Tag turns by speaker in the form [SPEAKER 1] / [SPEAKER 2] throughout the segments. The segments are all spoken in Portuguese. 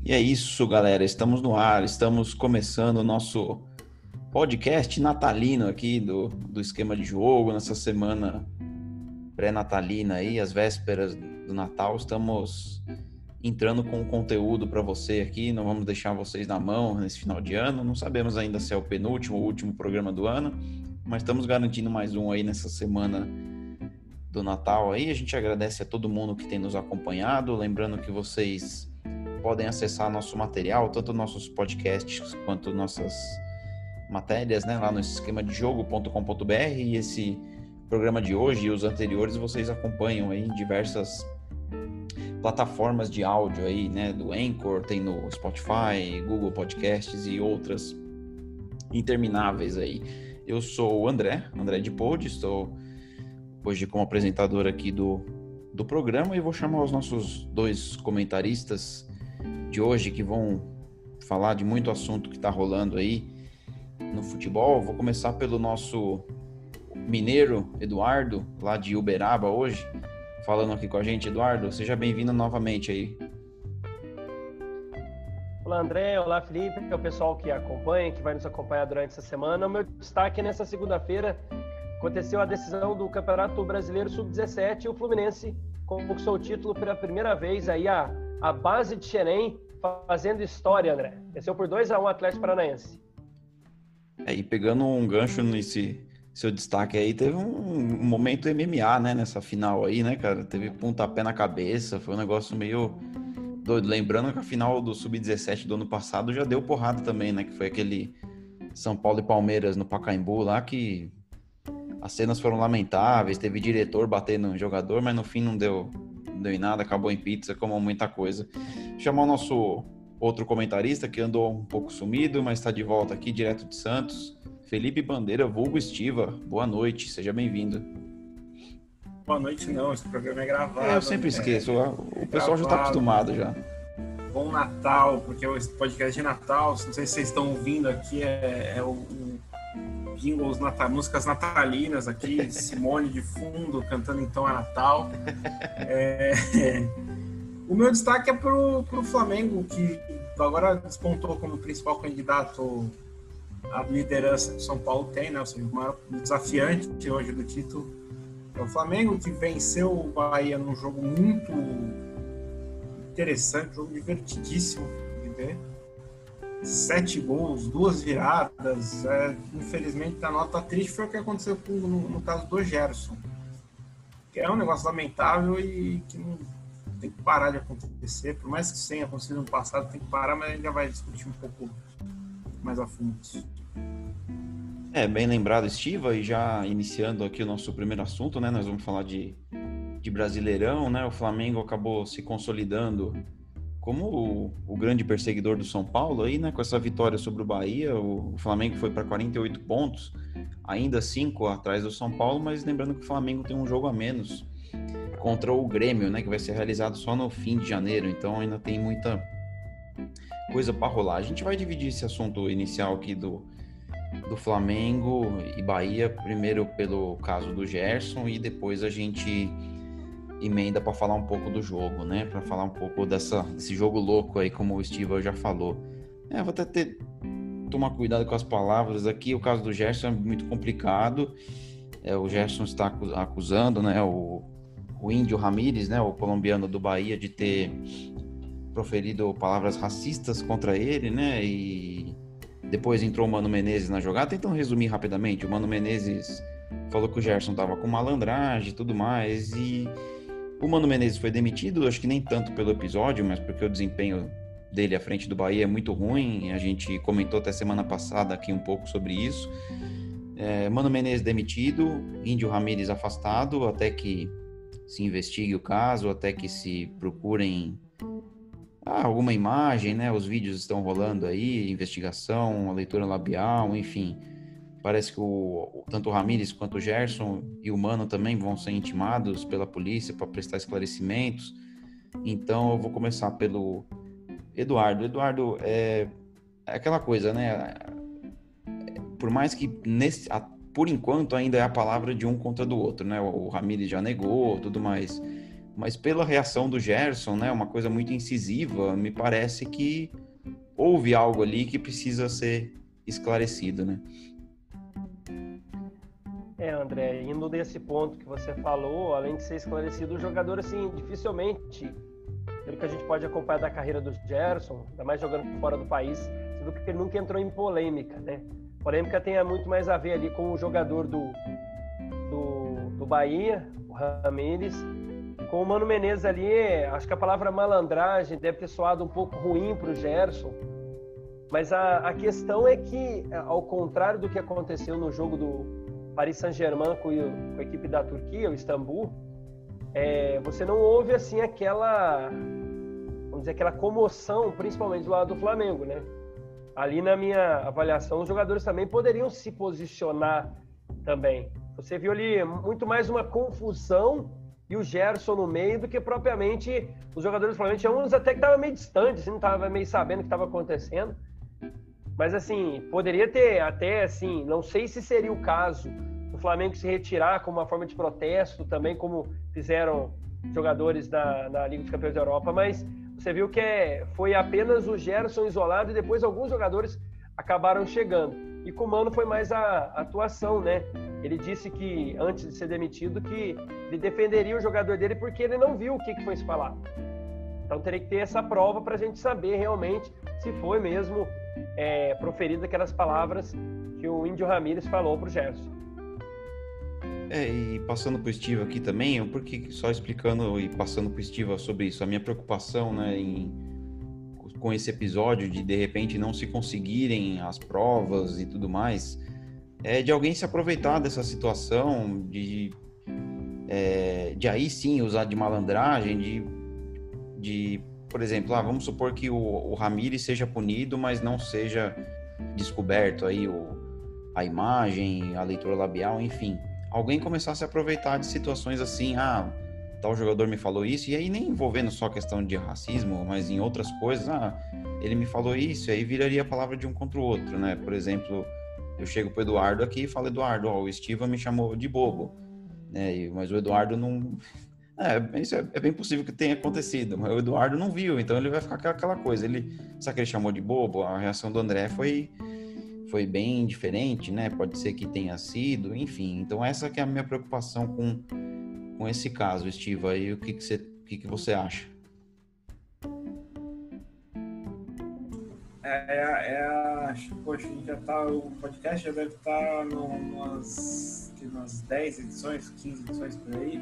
[SPEAKER 1] E é isso, galera. Estamos no ar, estamos começando o nosso podcast natalino aqui do Esquema de Jogo, nessa semana pré-natalina aí, às vésperas do Natal. Estamos entrando com conteúdo para você aqui, não vamos deixar vocês na mão nesse final de ano. Não sabemos ainda se é o penúltimo ou último programa do ano, mas estamos garantindo mais um aí nessa semana do Natal aí. A gente agradece a todo mundo que tem nos acompanhado, lembrando que vocês podem acessar nosso material, tanto nossos podcasts quanto nossas matérias, né, lá no esquemadejogo.com.br, e esse programa de hoje e os anteriores vocês acompanham aí em diversas plataformas de áudio aí, né, do Anchor, tem no Spotify, Google Podcasts e outras intermináveis aí. Eu sou o André de Pod, estou hoje como apresentador aqui do programa e vou chamar os nossos dois comentaristas de hoje que vão falar de muito assunto que está rolando aí no futebol. Vou começar pelo nosso mineiro Eduardo, lá de Uberaba hoje, falando aqui com a gente. Eduardo, seja bem-vindo novamente aí.
[SPEAKER 2] Olá, André. Olá, Felipe. É o pessoal que acompanha, que vai nos acompanhar durante essa semana. O meu destaque é nessa segunda-feira. Aconteceu a decisão do Campeonato Brasileiro Sub-17 e o Fluminense conquistou o título pela primeira vez aí a base de Xerém fazendo história, André. Venceu por 2-1 o Atlético Paranaense.
[SPEAKER 1] E pegando um gancho nesse seu destaque aí, teve um momento MMA, né, nessa final aí, né, cara? Teve pontapé na cabeça, foi um negócio meio doido. Lembrando que a final do Sub-17 do ano passado já deu porrada também, né? Que foi aquele São Paulo e Palmeiras no Pacaembu lá, que as cenas foram lamentáveis, teve diretor batendo no jogador, mas no fim não deu em nada, acabou em pizza, como muita coisa. Vou chamar o nosso outro comentarista que andou um pouco sumido, mas está de volta aqui, direto de Santos, Felipe Bandeira, vulgo Estiva. Boa noite, seja bem-vindo.
[SPEAKER 3] Boa noite não, esse programa é gravado.
[SPEAKER 1] Eu sempre esqueço, o pessoal já está acostumado já.
[SPEAKER 3] Bom Natal, porque o podcast de Natal, não sei se vocês estão ouvindo aqui, é o jingles, músicas natalinas aqui, Simone de fundo, cantando então a Natal. O meu destaque é pro Flamengo, que agora despontou como principal candidato à liderança que o São Paulo tem, né? Ou seja, o maior desafiante hoje do título é o Flamengo, que venceu o Bahia num jogo muito interessante, um jogo divertidíssimo de ver. 7 gols, 2 viradas. Infelizmente, a nota triste foi o que aconteceu no caso do Gerson, que é um negócio lamentável e que não tem que parar de acontecer. Por mais que tenha acontecido no passado, tem que parar, mas a gente já vai discutir um pouco mais a fundo isso.
[SPEAKER 1] Bem lembrado, Estiva, e já iniciando aqui o nosso primeiro assunto, né? Nós vamos falar de Brasileirão, né? O Flamengo acabou se consolidando como o grande perseguidor do São Paulo aí, né? Com essa vitória sobre o Bahia, o Flamengo foi para 48 pontos, ainda 5 atrás do São Paulo, mas lembrando que o Flamengo tem um jogo a menos contra o Grêmio, né? Que vai ser realizado só no fim de janeiro, então ainda tem muita coisa para rolar. A gente vai dividir esse assunto inicial aqui do Flamengo e Bahia, primeiro pelo caso do Gerson e depois a gente emenda para falar um pouco do jogo, né? Para falar um pouco desse jogo louco aí, como o Steve já falou. Vou até tomar cuidado com as palavras aqui. O caso do Gerson é muito complicado. O Gerson está acusando, né, o Índio Ramírez, né, o colombiano do Bahia, de ter proferido palavras racistas contra ele, né? E depois entrou o Mano Menezes na jogada. Tentando resumir rapidamente, o Mano Menezes falou que o Gerson estava com malandragem e tudo mais, e o Mano Menezes foi demitido, acho que nem tanto pelo episódio, mas porque o desempenho dele à frente do Bahia é muito ruim. A gente comentou até semana passada aqui um pouco sobre isso. Mano Menezes demitido, Índio Ramírez afastado, até que se investigue o caso, até que se procurem alguma imagem, né? Os vídeos estão rolando aí, investigação, a leitura labial, enfim. Parece que tanto o Ramírez quanto o Gerson e o Mano também vão ser intimados pela polícia para prestar esclarecimentos. Então eu vou começar pelo Eduardo. Eduardo, é aquela coisa, né? Por mais que por enquanto ainda é a palavra de um contra do outro, né? O Ramírez já negou, tudo mais. mas pela reação do Gerson, né, uma coisa muito incisiva, me parece que houve algo ali que precisa ser esclarecido, né?
[SPEAKER 2] André, indo nesse ponto que você falou, além de ser esclarecido, o jogador, assim, dificilmente, pelo que a gente pode acompanhar da carreira do Gerson, ainda mais jogando fora do país, você viu que ele nunca entrou em polêmica, né? Polêmica tem muito mais a ver ali com o jogador do Bahia, o Ramires, com o Mano Menezes ali. Acho que a palavra malandragem deve ter soado um pouco ruim para o Gerson, mas a questão é que, ao contrário do que aconteceu no jogo do Paris Saint-Germain com a equipe da Turquia, o Istambul, você não houve assim aquela comoção, principalmente do lado do Flamengo, né? Ali, na minha avaliação, os jogadores também poderiam se posicionar também. Você viu ali muito mais uma confusão e o Gerson no meio do que propriamente os jogadores do Flamengo. Tinha uns até que estavam meio distantes, não estavam meio sabendo o que estava acontecendo. Mas, assim, poderia ter até, assim, não sei se seria o caso do Flamengo se retirar como uma forma de protesto também, como fizeram jogadores na Liga dos Campeões da Europa, mas você viu que foi apenas o Gerson isolado e depois alguns jogadores acabaram chegando. E com o Mano foi mais a atuação, né? Ele disse que, antes de ser demitido, que ele defenderia o jogador dele porque ele não viu o que foi se falar. Então teria que ter essa prova para a gente saber realmente se foi mesmo proferida aquelas palavras que o Índio Ramírez falou para o Gerson.
[SPEAKER 1] E passando para o Estiva aqui também, porque só explicando e passando para o Estiva sobre isso, a minha preocupação, né, com esse episódio de repente não se conseguirem as provas e tudo mais, é de alguém se aproveitar dessa situação, de aí sim usar de malandragem, por exemplo, vamos supor que o Ramírez seja punido, mas não seja descoberto aí a imagem, a leitura labial, enfim. Alguém começar a se aproveitar de situações assim, tal jogador me falou isso, e aí nem envolvendo só a questão de racismo, mas em outras coisas, ele me falou isso, e aí viraria a palavra de um contra o outro, né? Por exemplo, eu chego pro Eduardo aqui e falo, Eduardo, o Estiva me chamou de bobo, né? Mas o Eduardo não... isso é bem possível que tenha acontecido, mas o Eduardo não viu, então ele vai ficar com aquela coisa. Será que ele chamou de bobo? A reação do André foi bem diferente, né? Pode ser que tenha sido, enfim. Então essa que é a minha preocupação com esse caso, Estiva. E o que você acha?
[SPEAKER 3] Poxa, a gente o podcast já deve estar umas 10 edições, 15 edições por aí.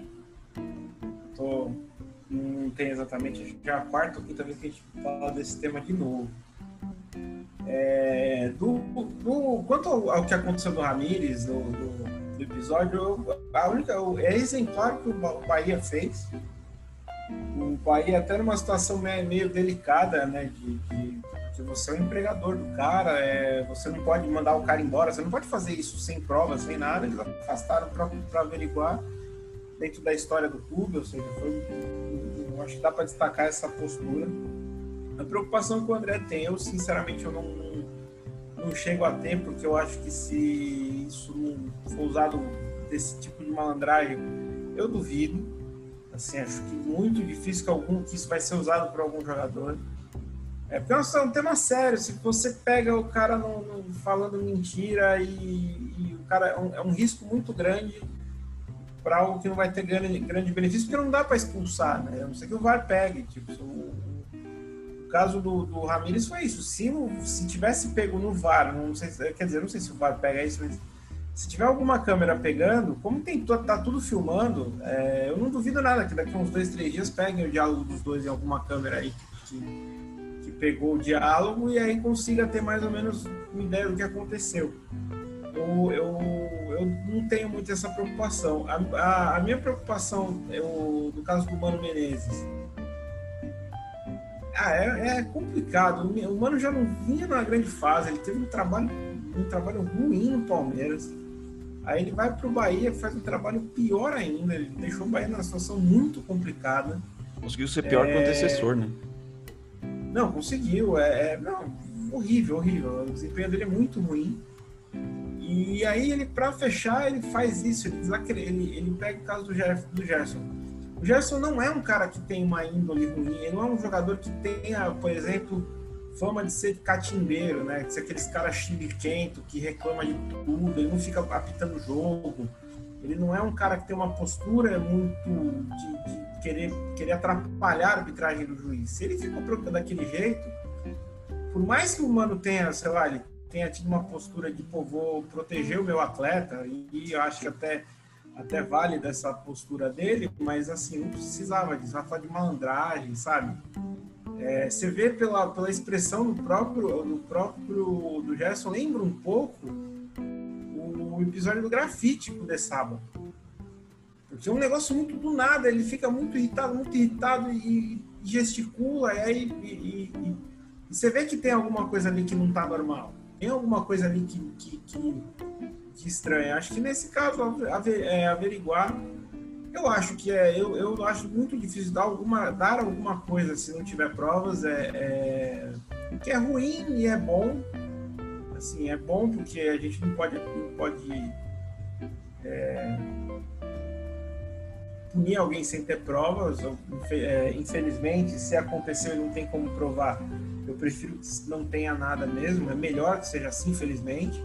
[SPEAKER 3] Não tem exatamente, já a quarta ou quinta vez que a gente fala desse tema de novo. Quanto ao que aconteceu do Ramírez, do episódio, é exemplar que o Bahia fez. O Bahia até numa situação meio delicada, né, de você é o empregador do cara, você não pode mandar o cara embora, você não pode fazer isso sem provas, sem nada. Eles afastaram para averiguar dentro da história do clube, ou seja, eu acho que dá para destacar essa postura. A preocupação que o André tem, eu sinceramente eu não chego a ter, porque eu acho que se isso não for usado desse tipo de malandragem, eu duvido. Assim, acho que muito difícil que isso vai ser usado por algum jogador. Porque é um tema sério. Se você pega o cara falando mentira e o cara é um risco muito grande para algo que não vai ter grande benefício, porque não dá para expulsar, né? A não ser que o VAR pegue. Tipo, o caso do Ramírez foi isso. Se tivesse pego no VAR, não sei se o VAR pega isso, mas se tiver alguma câmera pegando, como tá tudo filmando, eu não duvido nada que daqui a uns 2-3 dias peguem o diálogo dos dois em alguma câmera aí que pegou o diálogo e aí consiga ter mais ou menos uma ideia do que aconteceu. Eu não tenho muito essa preocupação. A minha preocupação no caso do Mano Menezes. É complicado. O Mano já não vinha numa grande fase, ele teve um trabalho ruim no Palmeiras. Aí ele vai pro Bahia, faz um trabalho pior ainda, ele deixou o Bahia numa situação muito complicada.
[SPEAKER 1] Conseguiu ser pior que o antecessor, né?
[SPEAKER 3] Não, conseguiu. Horrível. O desempenho dele é muito ruim. E aí, para fechar, ele faz isso. Ele pega o caso do Gerson. O Gerson não é um cara que tem uma índole ruim, ele não é um jogador que tenha, por exemplo, fama de ser catimbeiro, né? De ser aqueles caras chiliquento que reclama de tudo, ele não fica apitando o jogo, ele não é um cara que tem uma postura muito de querer atrapalhar a arbitragem do juiz. Se ele ficou daquele jeito, por mais que o Mano tenha, sei lá, ele tenha tido uma postura de, pô, vou proteger o meu atleta, e eu acho que até vale dessa postura dele, mas assim, não precisava disso, vai falar de malandragem, sabe? Você vê pela expressão do do Gerson, lembra um pouco o episódio do grafite de sábado. Porque é um negócio muito do nada, ele fica muito irritado e gesticula, e você vê que tem alguma coisa ali que não tá normal. Tem alguma coisa ali que estranha. Acho que nesse caso, averiguar, eu acho que eu acho muito difícil dar alguma coisa se não tiver provas. Que é ruim e é bom. Assim, é bom porque a gente não pode punir alguém sem ter provas. Infelizmente, se aconteceu e não tem como provar, eu prefiro que não tenha nada mesmo. É melhor que seja assim, infelizmente.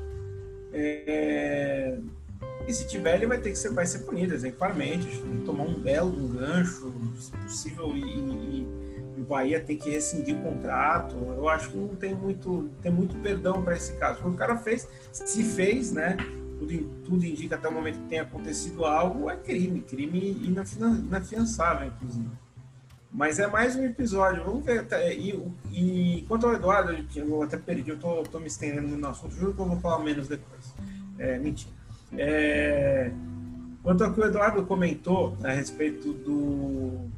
[SPEAKER 3] E se tiver, ele vai ser punido exemplarmente. Tem que tomar um gancho, se possível, e o Bahia tem que rescindir o contrato. Eu acho que não tem muito perdão para esse caso. O cara se fez, né? Tudo indica até o momento que tenha acontecido algo, é crime inafiançável, inclusive. Mas é mais um episódio. Vamos ver. E quanto ao Eduardo, eu até perdi, eu tô me estendendo no assunto, juro que eu vou falar menos depois. Mentira. Quanto ao que o Eduardo comentou a respeito do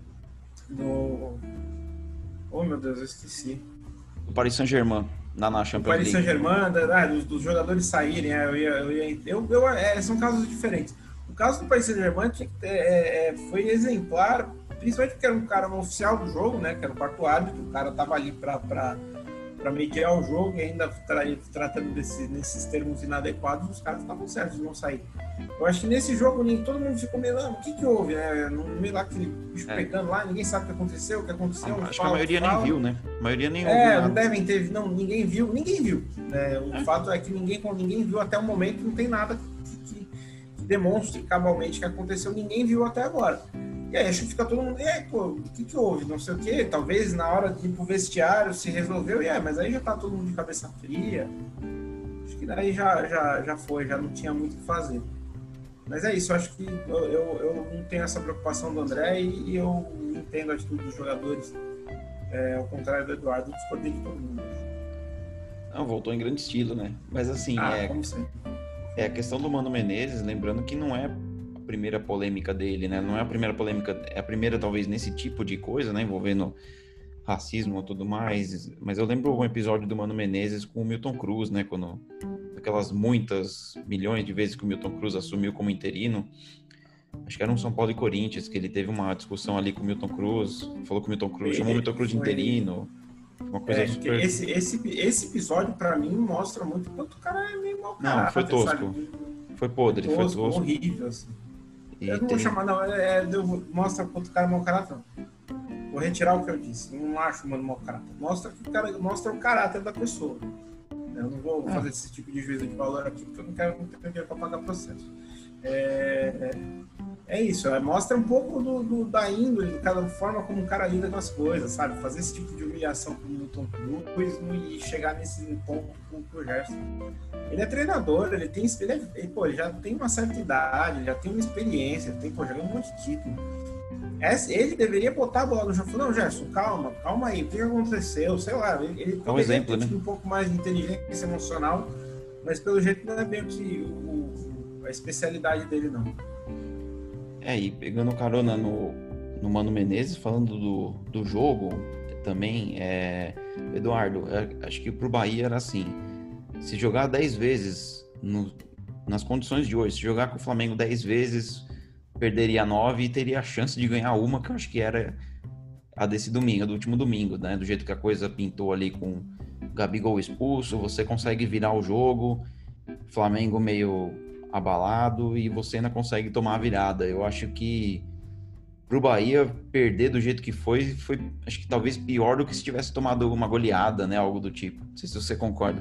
[SPEAKER 3] oh meu Deus, eu esqueci.
[SPEAKER 1] O Paris Saint-Germain na Champions League.
[SPEAKER 3] O Paris Saint-Germain, dos jogadores saírem, são casos diferentes. O caso do Paris Saint-Germain foi exemplar, principalmente porque era um oficial do jogo, né? Que era o quarto árbitro, o cara tava ali para mediar o jogo, e ainda tratando nesses termos inadequados, os caras estavam certos de não sair. Eu acho que nesse jogo todo mundo ficou meio, o que houve, né? No meio lá, aquele bicho pegando lá, ninguém sabe o que aconteceu.
[SPEAKER 1] Acho que a maioria nem viu, né? A maioria nem ouviu.
[SPEAKER 3] Não devem ter, ninguém viu. O fato é que ninguém viu até o momento, não tem nada que demonstre cabalmente que aconteceu, ninguém viu até agora. E aí acho que fica todo mundo, o que houve? Não sei o quê, talvez na hora de ir pro vestiário se resolveu, mas aí já tá todo mundo de cabeça fria. Acho que daí já foi, já não tinha muito o que fazer. Mas é isso, acho que eu não tenho essa preocupação do André e eu entendo a atitude dos jogadores, ao contrário do Eduardo, discordei de todo mundo.
[SPEAKER 1] Não, voltou em grande estilo, né? Mas assim,
[SPEAKER 3] como sempre.
[SPEAKER 1] A questão do Mano Menezes, lembrando que não é a primeira polêmica dele, né? Não é a primeira polêmica, é a primeira talvez nesse tipo de coisa, né? Envolvendo racismo e tudo mais. Mas eu lembro um episódio do Mano Menezes com o Milton Cruz, né? Quando aquelas muitas milhões de vezes que o Milton Cruz assumiu como interino, acho que era um São Paulo e Corinthians, que ele teve uma discussão ali com o Milton Cruz, falou que o Milton Cruz chamou o Milton Cruz de interino. Uma coisa super...
[SPEAKER 3] esse episódio, pra mim, mostra muito quanto o cara é meio mau caráter.
[SPEAKER 1] Não, foi tosco.
[SPEAKER 3] Sabe?
[SPEAKER 1] Foi podre, foi tosco.
[SPEAKER 3] Horrível, assim. Eu não vou chamar, não. Mostra quanto o cara é mau caráter, não. Vou retirar o que eu disse. Não acho, mano, mau caráter. Mostra o caráter da pessoa. Eu não vou fazer esse tipo de juízo de valor aqui, porque eu não ter dinheiro pra pagar processo. É isso, mostra um pouco da índole, da forma como o cara lida com as coisas, sabe? Fazer esse tipo de humilhação com o Milton Cruz e chegar nesse ponto com o Gerson. Ele é treinador, ele já tem uma certa idade, já tem uma experiência, já ganhou um monte de título. Ele deveria botar a bola no chão e falar, não, Gerson, calma aí, o que aconteceu? Sei lá, ele
[SPEAKER 1] é um exemplo, né?
[SPEAKER 3] Um pouco mais de inteligência emocional, mas pelo jeito não é bem a especialidade dele, não.
[SPEAKER 1] E pegando carona no Mano Menezes, falando do jogo também, Eduardo, acho que pro Bahia era assim, se jogar 10 vezes nas condições de hoje, se jogar com o Flamengo 10 vezes, perderia 9 e teria a chance de ganhar uma, que eu acho que era a desse domingo, do último domingo, né? Do jeito que a coisa pintou ali com o Gabigol expulso, você consegue virar o jogo, Flamengo meio abalado e você ainda consegue tomar a virada. Eu acho que pro Bahia perder do jeito que foi acho que talvez pior do que se tivesse tomado uma goleada, né? Algo do tipo. Não sei se você concorda.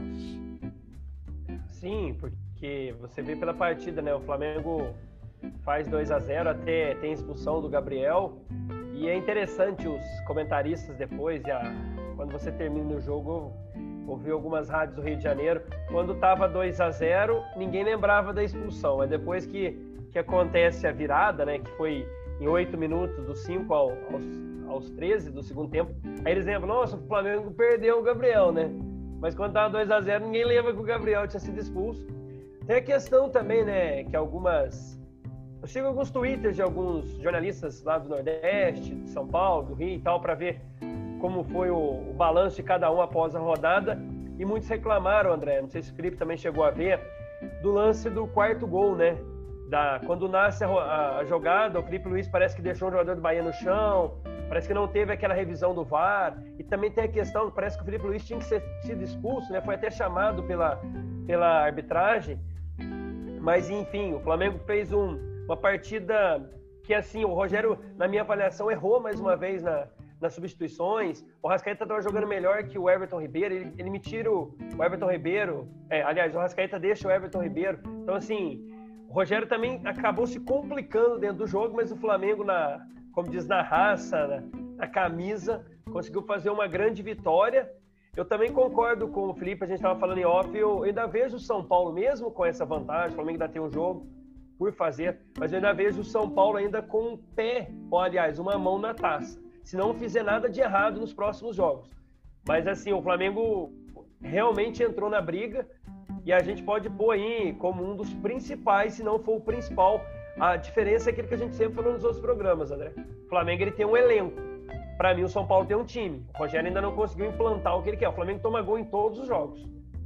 [SPEAKER 2] Sim, porque você vê pela partida, né? O Flamengo faz 2-0, até tem expulsão do Gabriel. E é interessante os comentaristas depois, quando você termina o jogo, ouvi algumas rádios do Rio de Janeiro, quando estava 2-0, ninguém lembrava da expulsão. É depois que acontece a virada, né? Que foi em 8 minutos, dos 5 aos 13 do segundo tempo. Aí eles lembram, nossa, o Flamengo perdeu o Gabriel, né? Mas quando estava 2-0, ninguém lembra que o Gabriel tinha sido expulso. Tem a questão também, né, que eu sigo alguns twitters de alguns jornalistas lá do Nordeste, de São Paulo, do Rio e tal, para ver como foi o balanço de cada um após a rodada. E muitos reclamaram, André, não sei se o Felipe também chegou a ver, do lance do quarto gol, né? Quando nasce a jogada, o Felipe Luiz parece que deixou o jogador do Bahia no chão, parece que não teve aquela revisão do VAR, e também tem a questão, parece que o Felipe Luiz tinha que ser sido expulso, né? Foi até chamado pela arbitragem, mas enfim, o Flamengo fez uma partida que, assim, o Rogério, na minha avaliação, errou mais uma vez nas substituições. O Arrascaeta estava jogando melhor que o Everton Ribeiro, ele me tira o Everton Ribeiro, aliás, o Arrascaeta deixa o Everton Ribeiro, então assim, o Rogério também acabou se complicando dentro do jogo, mas o Flamengo, como diz, na raça, na camisa, conseguiu fazer uma grande vitória. Eu também concordo com o Felipe, a gente estava falando em off, eu ainda vejo o São Paulo, mesmo com essa vantagem, o Flamengo ainda tem um jogo por fazer, mas eu ainda vejo o São Paulo ainda com um pé, ou aliás, uma mão na taça, se não fizer nada de errado nos próximos jogos. Mas assim, o Flamengo realmente entrou na briga, e a gente pode pôr aí como um dos principais, se não for o principal. A diferença é aquilo que a gente sempre falou nos outros programas, André. O Flamengo, ele tem um elenco. Para mim, o São Paulo tem um time. O Rogério ainda não conseguiu implantar o que ele quer. O Flamengo toma gol em todos os jogos.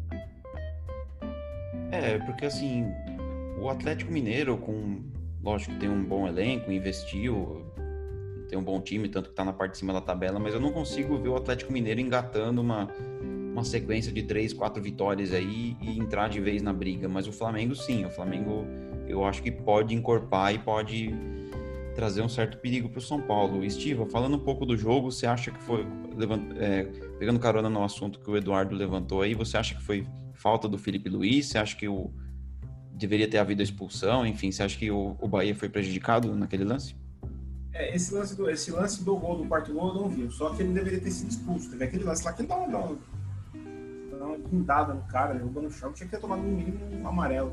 [SPEAKER 1] Porque assim, o Atlético Mineiro, lógico que tem um bom elenco, investiu, tem um bom time, tanto que tá na parte de cima da tabela, mas eu não consigo ver o Atlético Mineiro engatando uma sequência de 3, 4 vitórias aí e entrar de vez na briga. Mas o Flamengo, sim. O Flamengo, eu acho que pode encorpar e pode trazer um certo perigo para o São Paulo. Estiva, falando um pouco do jogo, você acha que foi, pegando carona no assunto que o Eduardo levantou aí, você acha que foi falta do Felipe Luiz? Você acha que deveria ter havido a expulsão? Enfim, você acha que o Bahia foi prejudicado naquele lance?
[SPEAKER 3] Esse lance do gol, do quarto gol, eu não vi. Só que ele deveria ter sido expulso. Teve aquele lance lá que ele dá uma guindada no cara, jogou no chão, tinha que ter tomado no mínimo um amarelo.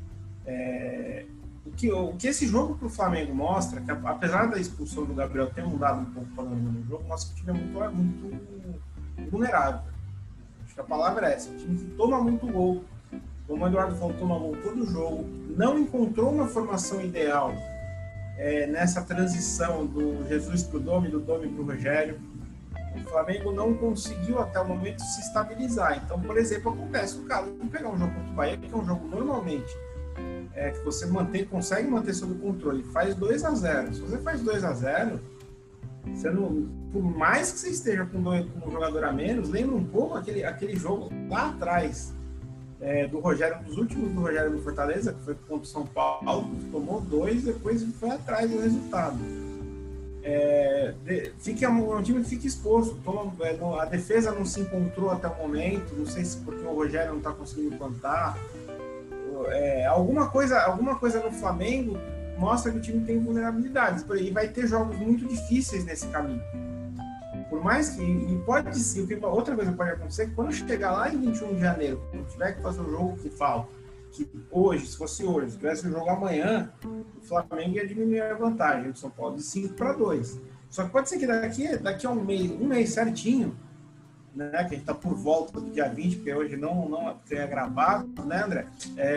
[SPEAKER 3] O que esse jogo pro Flamengo mostra, que apesar da expulsão do Gabriel ter mudado um pouco o panorama do jogo, mostra que o time é muito vulnerável. Acho que a palavra é essa, o time que toma muito gol, como o Eduardo falou, toma gol todo o jogo, não encontrou uma formação ideal nessa transição do Jesus pro Domi, do Domi pro Rogério. O Flamengo não conseguiu até o momento se estabilizar. Então, por exemplo, acontece o caso de pegar um jogo contra o Bahia, que é um jogo normalmente que você consegue manter sob controle, faz 2-0. Se você faz 2-0, você não, por mais que você esteja com um jogador a menos, lembra um pouco aquele jogo lá atrás do Rogério, um dos últimos do Rogério no Fortaleza, que foi contra o São Paulo, tomou 2, depois foi atrás do resultado. É um time que fica exposto, a defesa não se encontrou até o momento, não sei se porque o Rogério não está conseguindo implantar. Alguma coisa no Flamengo mostra que o time tem vulnerabilidades, e vai ter jogos muito difíceis nesse caminho. Por mais que, e pode ser, outra coisa pode acontecer, que quando chegar lá em 21 de janeiro, quando tiver que fazer o jogo que falta, que hoje, se fosse hoje, se tivesse o jogo amanhã, o Flamengo ia diminuir a vantagem do São Paulo de 5-2. Só que pode ser que daqui a um mês certinho, né, que a gente está por volta do dia 20, porque hoje não é gravado, né, André?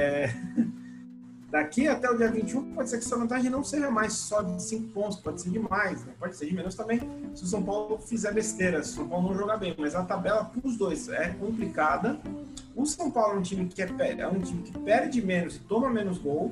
[SPEAKER 3] Daqui até o dia 21, pode ser que essa vantagem não seja mais só de 5 pontos, pode ser de mais, né? Pode ser de menos também, se o São Paulo fizer besteira, se o São Paulo não jogar bem, mas a tabela para os dois é complicada. O São Paulo é um time que perde menos e toma menos gol,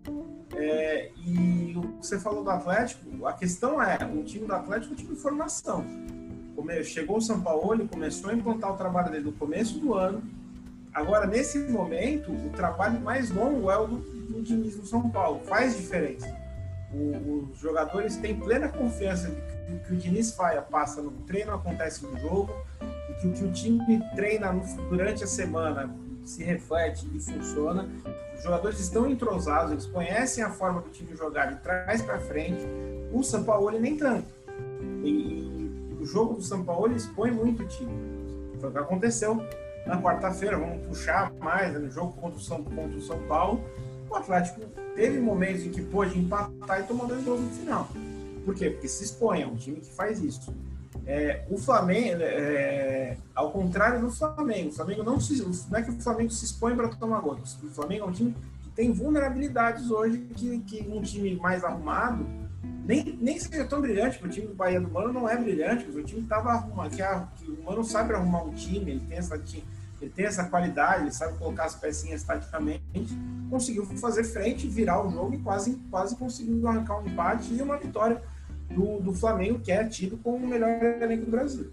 [SPEAKER 3] e o que você falou do Atlético, a questão o time do Atlético é um time de formação. Chegou o São Paulo, ele começou a implantar o trabalho dele no começo do ano. Agora, nesse momento, o trabalho mais longo é o do time do São Paulo. Faz diferença. Os jogadores têm plena confiança de que o que o Diniz passa no treino acontece no jogo, e que o que o time treina durante a semana se reflete e funciona. Os jogadores estão entrosados, eles conhecem a forma do time jogar de trás para frente. O Sampaoli nem tanto. E o jogo do Sampaoli expõe muito o time. Foi o que aconteceu na quarta-feira. Vamos puxar mais, né, no jogo contra o São Paulo. O Atlético teve momentos em que pôde empatar e tomar 2 gols no final. Por quê? Porque se expõe, é um time que faz isso. O Flamengo, ao contrário do Flamengo, não é que o Flamengo se expõe para tomar gols. O Flamengo é um time que tem vulnerabilidades hoje que um time mais arrumado nem seja tão brilhante, porque o time do Bahia do Mano não é brilhante, mas o time estava arrumado, que o Mano sabe arrumar um time, ele tem essa qualidade, ele sabe colocar as pecinhas taticamente, conseguiu fazer frente, virar o jogo e quase conseguiu arrancar um empate e uma vitória do Flamengo, que é tido como o melhor elenco do Brasil.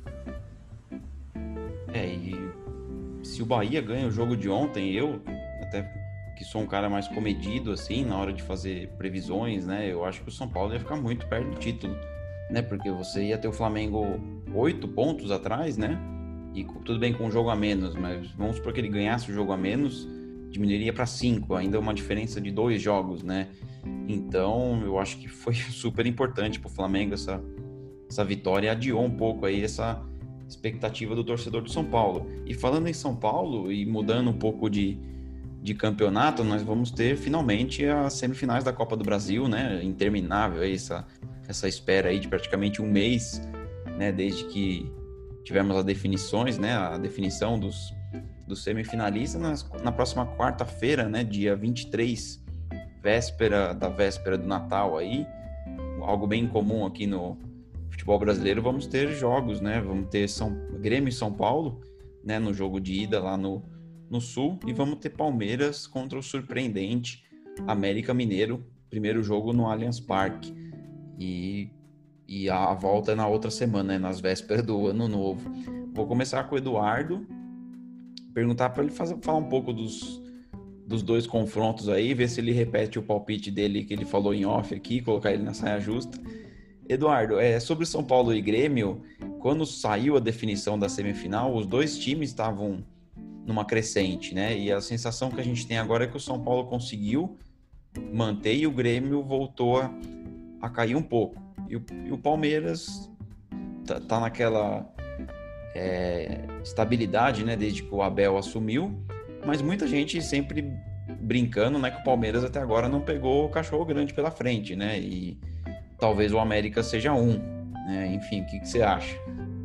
[SPEAKER 1] E se o Bahia ganha o jogo de ontem, eu até que sou um cara mais comedido assim na hora de fazer previsões, né? Eu acho que o São Paulo ia ficar muito perto do título, né? Porque você ia ter o Flamengo 8 pontos atrás, né? E tudo bem com um jogo a menos, mas vamos supor que ele ganhasse o jogo a menos, diminuiria para 5, ainda uma diferença de 2 jogos, né? Então, eu acho que foi super importante para o Flamengo essa vitória, adiou um pouco aí essa expectativa do torcedor do São Paulo. E falando em São Paulo e mudando um pouco de campeonato, nós vamos ter finalmente as semifinais da Copa do Brasil, né? Interminável aí essa espera aí de praticamente um mês, né? Desde que tivemos as definições, né? A definição dos semifinalistas na próxima quarta-feira, né? Dia 23, véspera do Natal aí, algo bem comum aqui no futebol brasileiro. Vamos ter jogos, né? Vamos ter Grêmio e São Paulo, né? No jogo de ida lá no Sul, e vamos ter Palmeiras contra o surpreendente América Mineiro, primeiro jogo no Allianz Parque, e a volta é na outra semana, né, nas vésperas do Ano Novo. Vou começar com o Eduardo, perguntar para ele falar um pouco dos 2 confrontos aí, ver se ele repete o palpite dele que ele falou em off aqui, colocar ele na saia justa. Eduardo, sobre São Paulo e Grêmio, quando saiu a definição da semifinal, os 2 times estavam numa crescente, né? E a sensação que a gente tem agora é que o São Paulo conseguiu manter e o Grêmio voltou a cair um pouco. E o Palmeiras tá naquela estabilidade, né? Desde que o Abel assumiu, mas muita gente sempre brincando, né? Que o Palmeiras até agora não pegou o cachorro grande pela frente, né? E talvez o América seja né? Enfim, o que você acha?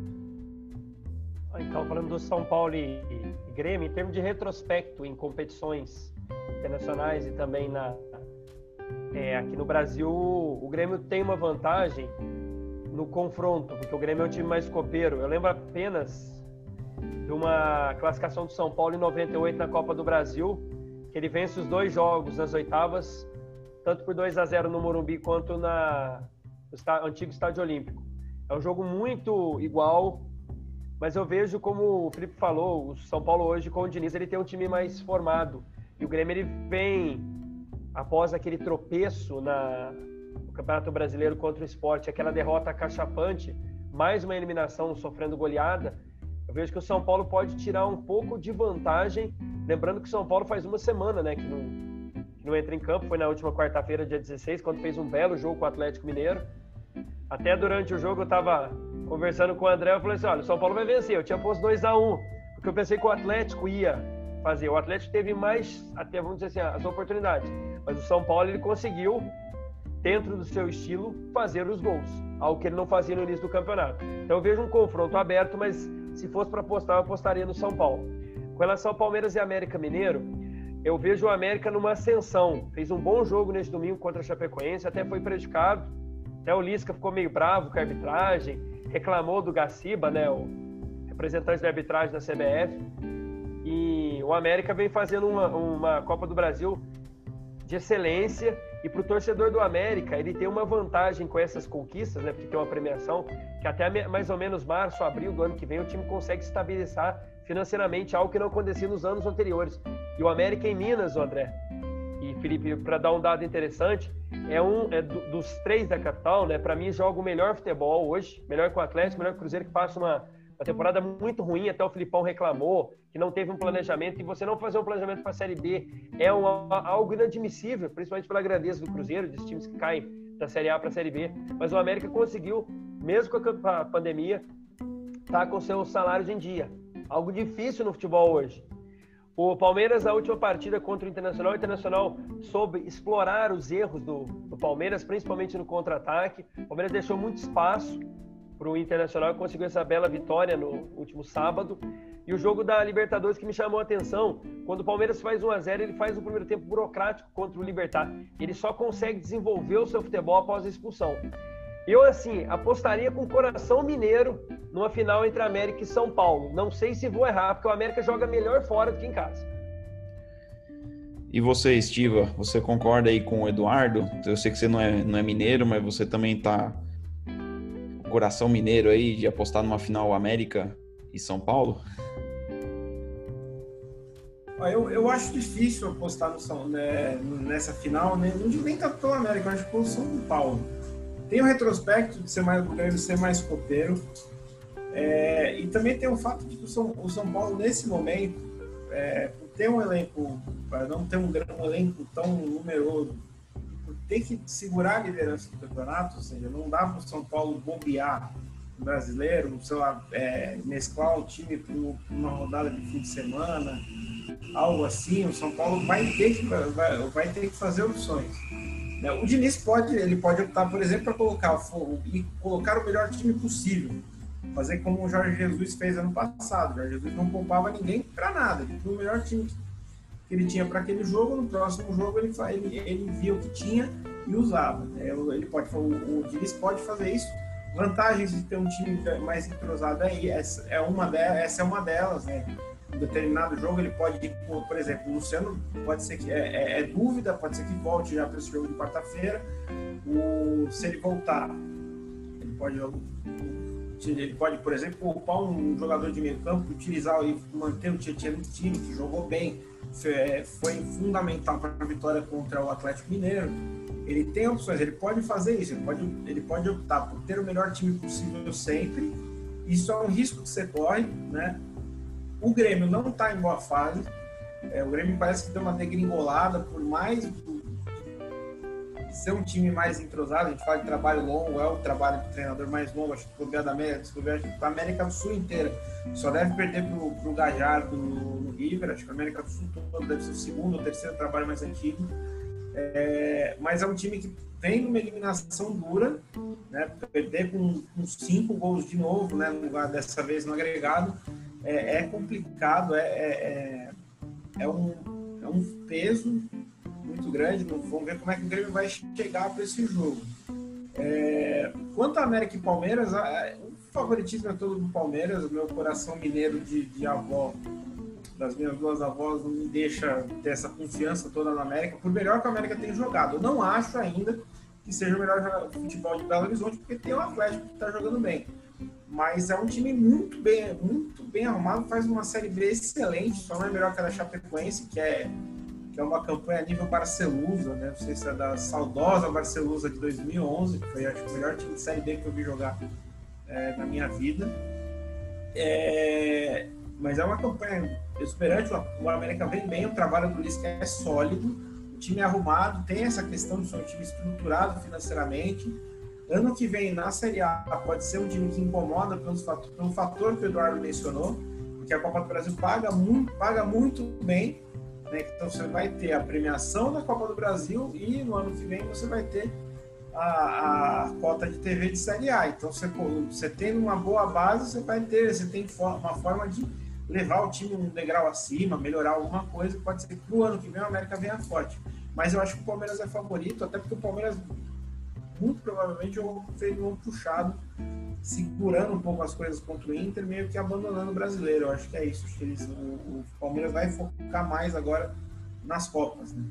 [SPEAKER 2] Então, falando do São Paulo e Grêmio, em termos de retrospecto em competições internacionais e também aqui no Brasil, o Grêmio tem uma vantagem no confronto, porque o Grêmio é um time mais copeiro. Eu lembro apenas de uma classificação do São Paulo em 98 na Copa do Brasil, que ele vence os 2 jogos nas oitavas, tanto por 2-0 no Morumbi quanto no antigo Estádio Olímpico. É um jogo muito igual, mas eu vejo, como o Felipe falou, o São Paulo hoje com o Diniz, ele tem um time mais formado. E o Grêmio, ele vem, após aquele tropeço no Campeonato Brasileiro contra o Sport, aquela derrota acachapante, mais uma eliminação sofrendo goleada, eu vejo que o São Paulo pode tirar um pouco de vantagem, lembrando que o São Paulo faz uma semana, né, que não entra em campo, foi na última quarta-feira, dia 16, quando fez um belo jogo com o Atlético Mineiro. Até durante o jogo eu estava conversando com o André, eu falei assim, olha, o São Paulo vai vencer, eu tinha posto 2-1, porque eu pensei que o Atlético ia fazer. O Atlético teve mais, até vamos dizer assim, as oportunidades, mas o São Paulo, ele conseguiu, dentro do seu estilo, fazer os gols, algo que ele não fazia no início do campeonato. Então eu vejo um confronto aberto, mas se fosse para apostar, eu apostaria no São Paulo. Com relação ao Palmeiras e América Mineiro, eu vejo o América numa ascensão, fez um bom jogo neste domingo contra a Chapecoense, até foi prejudicado, até o Lisca ficou meio bravo com a arbitragem, reclamou do Gaciba, né, o representante da arbitragem da CBF, e o América vem fazendo uma Copa do Brasil de excelência, e para o torcedor do América, ele tem uma vantagem com essas conquistas, né, porque tem uma premiação, que até mais ou menos março, abril do ano que vem, o time consegue estabilizar financeiramente, algo que não acontecia nos anos anteriores. E o América em Minas, André e Felipe, para dar um dado interessante, dos três da capital, né? Para mim, joga o melhor futebol hoje, melhor que o Atlético, melhor que o Cruzeiro, que passa uma temporada muito ruim. Até o Filipão reclamou que não teve um planejamento, e você não fazer um planejamento para a Série B é algo inadmissível, principalmente pela grandeza do Cruzeiro, dos times que caem da Série A para a Série B. Mas o América conseguiu, mesmo com a pandemia, tá com seus salários em dia. Algo difícil no futebol hoje. O Palmeiras, na última partida contra o Internacional soube explorar os erros do Palmeiras, principalmente no contra-ataque. O Palmeiras deixou muito espaço para o Internacional e conseguiu essa bela vitória no último sábado. E o jogo da Libertadores que me chamou a atenção, quando o Palmeiras faz 1-0, ele faz um primeiro tempo burocrático contra o Libertad. Ele só consegue desenvolver o seu futebol após a expulsão. Eu, assim, apostaria com o coração mineiro numa final entre América e São Paulo. Não sei se vou errar, porque o América joga melhor fora do que em casa.
[SPEAKER 1] E você, Estiva, você concorda aí com o Eduardo? Eu sei que você não é mineiro, mas você também tá com o coração mineiro aí de apostar numa final América e São Paulo?
[SPEAKER 3] Eu acho difícil apostar nessa final, né? Não digo nem tanto pelo América, mas pelo São Paulo. Tem o retrospecto de ser mais copeiro, e também tem o fato de que o São Paulo, nesse momento, por ter um elenco, não ter um elenco tão numeroso, por ter que segurar a liderança do campeonato, ou seja, não dá para o São Paulo bombear o brasileiro, sei lá, mesclar o time para uma rodada de fim de semana, algo assim. O São Paulo vai ter que fazer opções. O Diniz pode optar, por exemplo, para colocar o melhor time possível. Fazer como o Jorge Jesus fez ano passado. O Jorge Jesus não poupava ninguém para nada. Ele tinha o melhor time que ele tinha para aquele jogo. No próximo jogo ele via o que tinha e usava. O Diniz pode fazer isso. Vantagens de ter um time mais entrosado aí, essa é uma delas, né? Em determinado jogo ele pode ir, por exemplo, o Luciano pode ser que dúvida, pode ser que volte já para esse jogo de quarta-feira. Se ele voltar, ele pode, por exemplo, poupar um jogador de meio campo, utilizar e manter o Tietchan no time, que jogou bem, foi fundamental para a vitória contra o Atlético Mineiro. Ele tem opções, ele pode fazer isso, ele pode optar por ter o melhor time possível sempre. Isso é um risco que você corre, né? O Grêmio não está em boa fase. O Grêmio parece que deu uma degringolada, por mais ser um time mais entrosado. A gente fala de trabalho longo, é o trabalho do treinador mais longo. Acho que da América do Sul inteira. Só deve perder para o Gallardo no River. Acho que a América do Sul todo deve ser o segundo ou terceiro trabalho mais antigo. Mas é um time que vem numa eliminação dura, né? Perder com 5 gols de novo, né? Dessa vez no agregado. É complicado, é um peso muito grande. Vamos ver como é que o Grêmio vai chegar para esse jogo. Quanto a América e Palmeiras, o favoritismo é todo do Palmeiras. O meu coração mineiro de avó, das minhas duas avós, não me deixa ter essa confiança toda na América, por melhor que a América tenha jogado. Eu não acho ainda que seja o melhor futebol de Belo Horizonte, porque tem o Atlético que está jogando bem. Mas é um time muito bem arrumado, faz uma Série B excelente, só não é melhor que a da Chapecoense, que é uma campanha a nível Barcelusa, né? Não sei se é da saudosa Barcelusa de 2011, que foi, acho, o melhor time de Série B que eu vi jogar na minha vida. Mas é uma campanha exuberante, o América vem bem, o trabalho do Luiz é sólido, o time é arrumado, tem essa questão de ser um time estruturado financeiramente. Ano que vem, na Série A, pode ser um time que incomoda pelo fator que o Eduardo mencionou, porque a Copa do Brasil paga muito bem, né? Então você vai ter a premiação da Copa do Brasil e no ano que vem você vai ter a cota de TV de Série A. Então você tendo uma boa base, você tem uma forma de levar o time um degrau acima, melhorar alguma coisa. Pode ser que pro ano que vem o América venha forte. Mas eu acho que o Palmeiras é favorito, até porque o Palmeiras muito provavelmente fez um puxado, segurando um pouco as coisas contra o Inter, meio que abandonando o brasileiro. Eu acho que é isso. Acho que o Palmeiras vai focar mais agora nas Copas, né?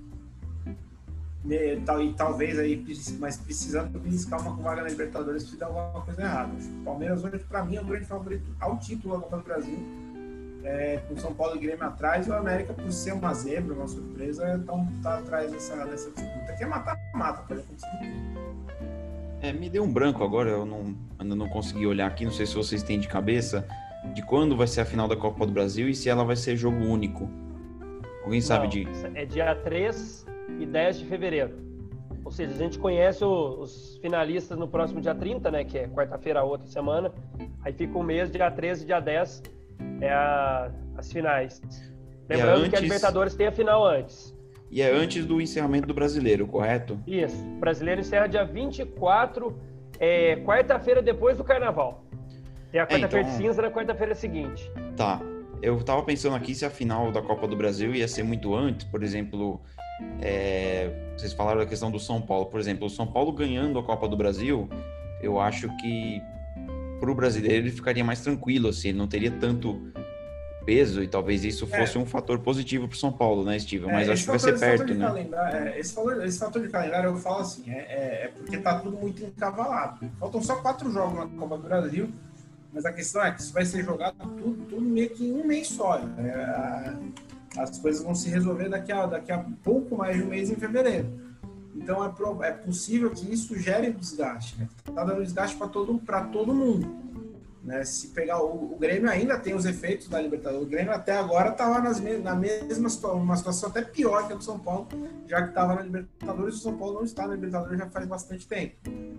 [SPEAKER 3] E talvez aí, mas precisando beliscar uma vaga na Libertadores se der alguma coisa errada. O Palmeiras hoje, para mim, é um grande favorito ao título da Copa do Brasil. com São Paulo e Grêmio atrás, e o América, por ser uma zebra, uma surpresa, tá atrás dessa disputa, que é mata-mata, pode acontecer tudo.
[SPEAKER 1] Me deu um branco agora, eu ainda não consegui olhar aqui, não sei se vocês têm de cabeça, de quando vai ser a final da Copa do Brasil e se ela vai ser jogo único. Alguém sabe de...
[SPEAKER 2] É dia 3 e 10 de fevereiro. Ou seja, a gente conhece os finalistas no próximo dia 30, né? Que é quarta-feira, a outra semana. Aí fica um mês, dia 13 e dia 10, as finais. Lembrando que a Libertadores tem a final antes.
[SPEAKER 1] E é antes do encerramento do Brasileiro, correto?
[SPEAKER 2] Isso. O Brasileiro encerra dia 24, quarta-feira depois do Carnaval. Tem a quarta-feira de cinza na quarta-feira seguinte.
[SPEAKER 1] Tá. Eu tava pensando aqui se a final da Copa do Brasil ia ser muito antes, por exemplo, vocês falaram da questão do São Paulo. Por exemplo, o São Paulo ganhando a Copa do Brasil, eu acho que pro brasileiro ele ficaria mais tranquilo, assim, ele não teria tanto peso e talvez isso fosse um fator positivo pro São Paulo, né, Steven? Mas acho que vai ser perto, né?
[SPEAKER 3] Esse fator de calendário, eu falo assim, porque tá tudo muito encavalado. Faltam só 4 jogos na Copa do Brasil, mas a questão é que isso vai ser jogado tudo meio que em um mês só. As coisas vão se resolver daqui a pouco mais de um mês, em fevereiro. Então é possível que isso gere desgaste. Né? Tá dando desgaste para todo mundo. Né? Se pegar o Grêmio, ainda tem os efeitos da Libertadores. O Grêmio até agora estava na mesma situação, uma situação até pior que a do São Paulo, já que estava na Libertadores. O São Paulo não está na Libertadores já faz bastante tempo.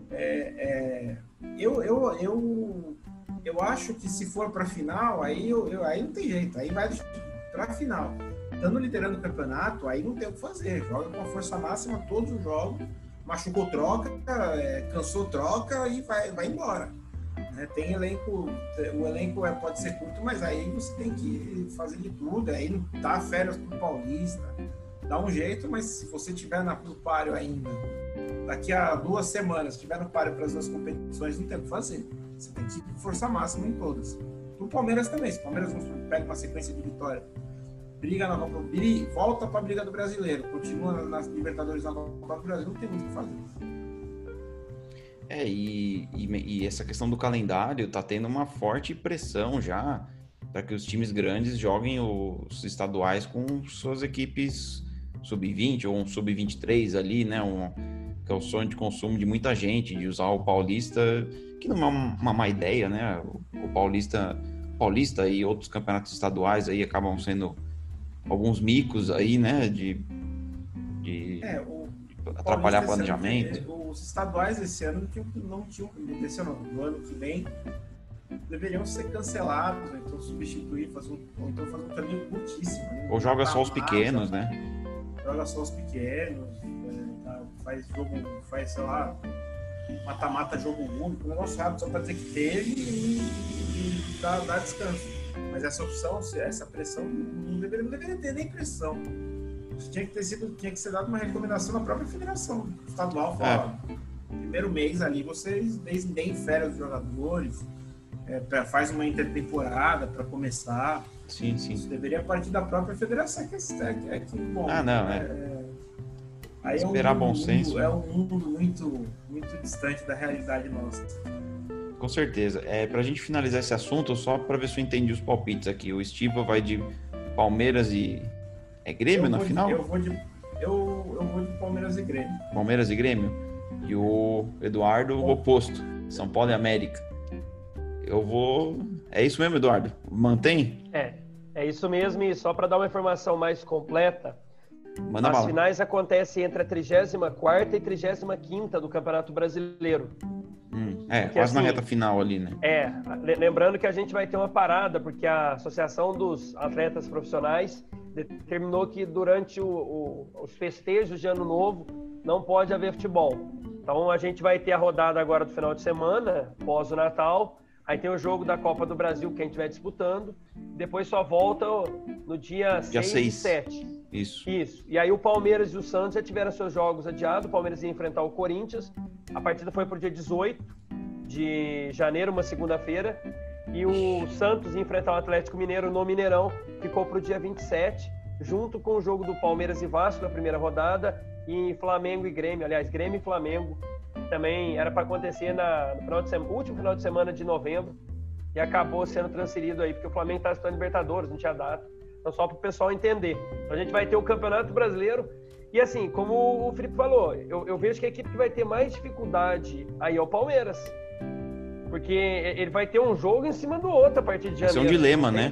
[SPEAKER 3] Eu acho que se for para a final, aí não tem jeito, aí vai para a final. Estando liderando o campeonato, aí não tem o que fazer. Joga com a força máxima todos os jogos, machucou troca, cansou troca e vai embora. Tem elenco, o elenco pode ser curto, mas aí você tem que fazer de tudo, aí dá férias pro Paulista, dá um jeito, mas se você tiver no páreo ainda, daqui a 2 semanas, estiver no páreo para as 2 competições, não tem o que fazer. Você tem que ir com força máxima em todas. Pro Palmeiras também, se o Palmeiras pega uma sequência de vitória, briga na Copa, volta para a briga do Brasileiro, continua nas Libertadores na Copa do Brasil, não tem muito o que fazer.
[SPEAKER 1] E essa questão do calendário tá tendo uma forte pressão já para que os times grandes joguem os estaduais com suas equipes sub-20 ou um sub-23 ali, né? Que é o sonho de consumo de muita gente, de usar o Paulista, que não é uma má ideia, né? O Paulista e outros campeonatos estaduais aí acabam sendo alguns micos aí, né? De atrapalhar planejamento.
[SPEAKER 3] Os estaduais esse ano não tinham, no ano que vem, deveriam ser cancelados, ou então substituir, fazer um caminho curtíssimo. Né?
[SPEAKER 1] Ou joga só os pequenos, né?
[SPEAKER 3] Joga só os pequenos, faz sei lá, mata-mata jogo único, um negócio rápido só para dizer que teve e dá descanso. Mas essa opção, essa pressão, não deveria ter nem pressão. Tinha que ser dado uma recomendação na própria federação estadual, primeiro mês ali vocês deem férias dos jogadores, faz uma intertemporada para começar.
[SPEAKER 1] Sim.
[SPEAKER 3] Isso deveria partir da própria federação, que bom. Aí
[SPEAKER 1] esperar bom senso.
[SPEAKER 3] É um mundo muito, muito distante da realidade nossa.
[SPEAKER 1] Com certeza. Pra gente finalizar esse assunto, só para ver se eu entendi os palpites aqui. O Estiva vai de Palmeiras e... Grêmio na final?
[SPEAKER 3] Eu vou de Palmeiras e Grêmio.
[SPEAKER 1] Palmeiras e Grêmio? E o Eduardo, o oposto. São Paulo e América. Eu vou... É isso mesmo, Eduardo? Mantém?
[SPEAKER 2] É isso mesmo. E só para dar uma informação mais completa,
[SPEAKER 1] Manda bala.
[SPEAKER 2] As finais acontecem entre a 34ª e 35ª do Campeonato Brasileiro.
[SPEAKER 1] Porque, quase na reta final ali, né?
[SPEAKER 2] Lembrando que a gente vai ter uma parada, porque a Associação dos Atletas Profissionais determinou que durante os festejos de Ano Novo não pode haver futebol. Então a gente vai ter a rodada agora do final de semana, pós o Natal, aí tem o jogo da Copa do Brasil que a gente vai disputando, depois só volta no dia 6 e 7.
[SPEAKER 1] Isso.
[SPEAKER 2] E aí o Palmeiras e o Santos já tiveram seus jogos adiados, o Palmeiras ia enfrentar o Corinthians, a partida foi para o dia 18 de janeiro, uma segunda-feira, e o Santos ia enfrentar o Atlético Mineiro no Mineirão, ficou para o dia 27, junto com o jogo do Palmeiras e Vasco na primeira rodada, e Flamengo e Grêmio, aliás, Grêmio e Flamengo, também era para acontecer no último final de semana de novembro, e acabou sendo transferido aí, porque o Flamengo está disputando Libertadores, não tinha data. Então, só para o pessoal entender. Então, a gente vai ter o Campeonato Brasileiro. E assim, como o Felipe falou, eu vejo que a equipe que vai ter mais dificuldade aí é o Palmeiras. Porque ele vai ter um jogo em cima do outro a partir de janeiro.
[SPEAKER 1] Esse é um dilema, né?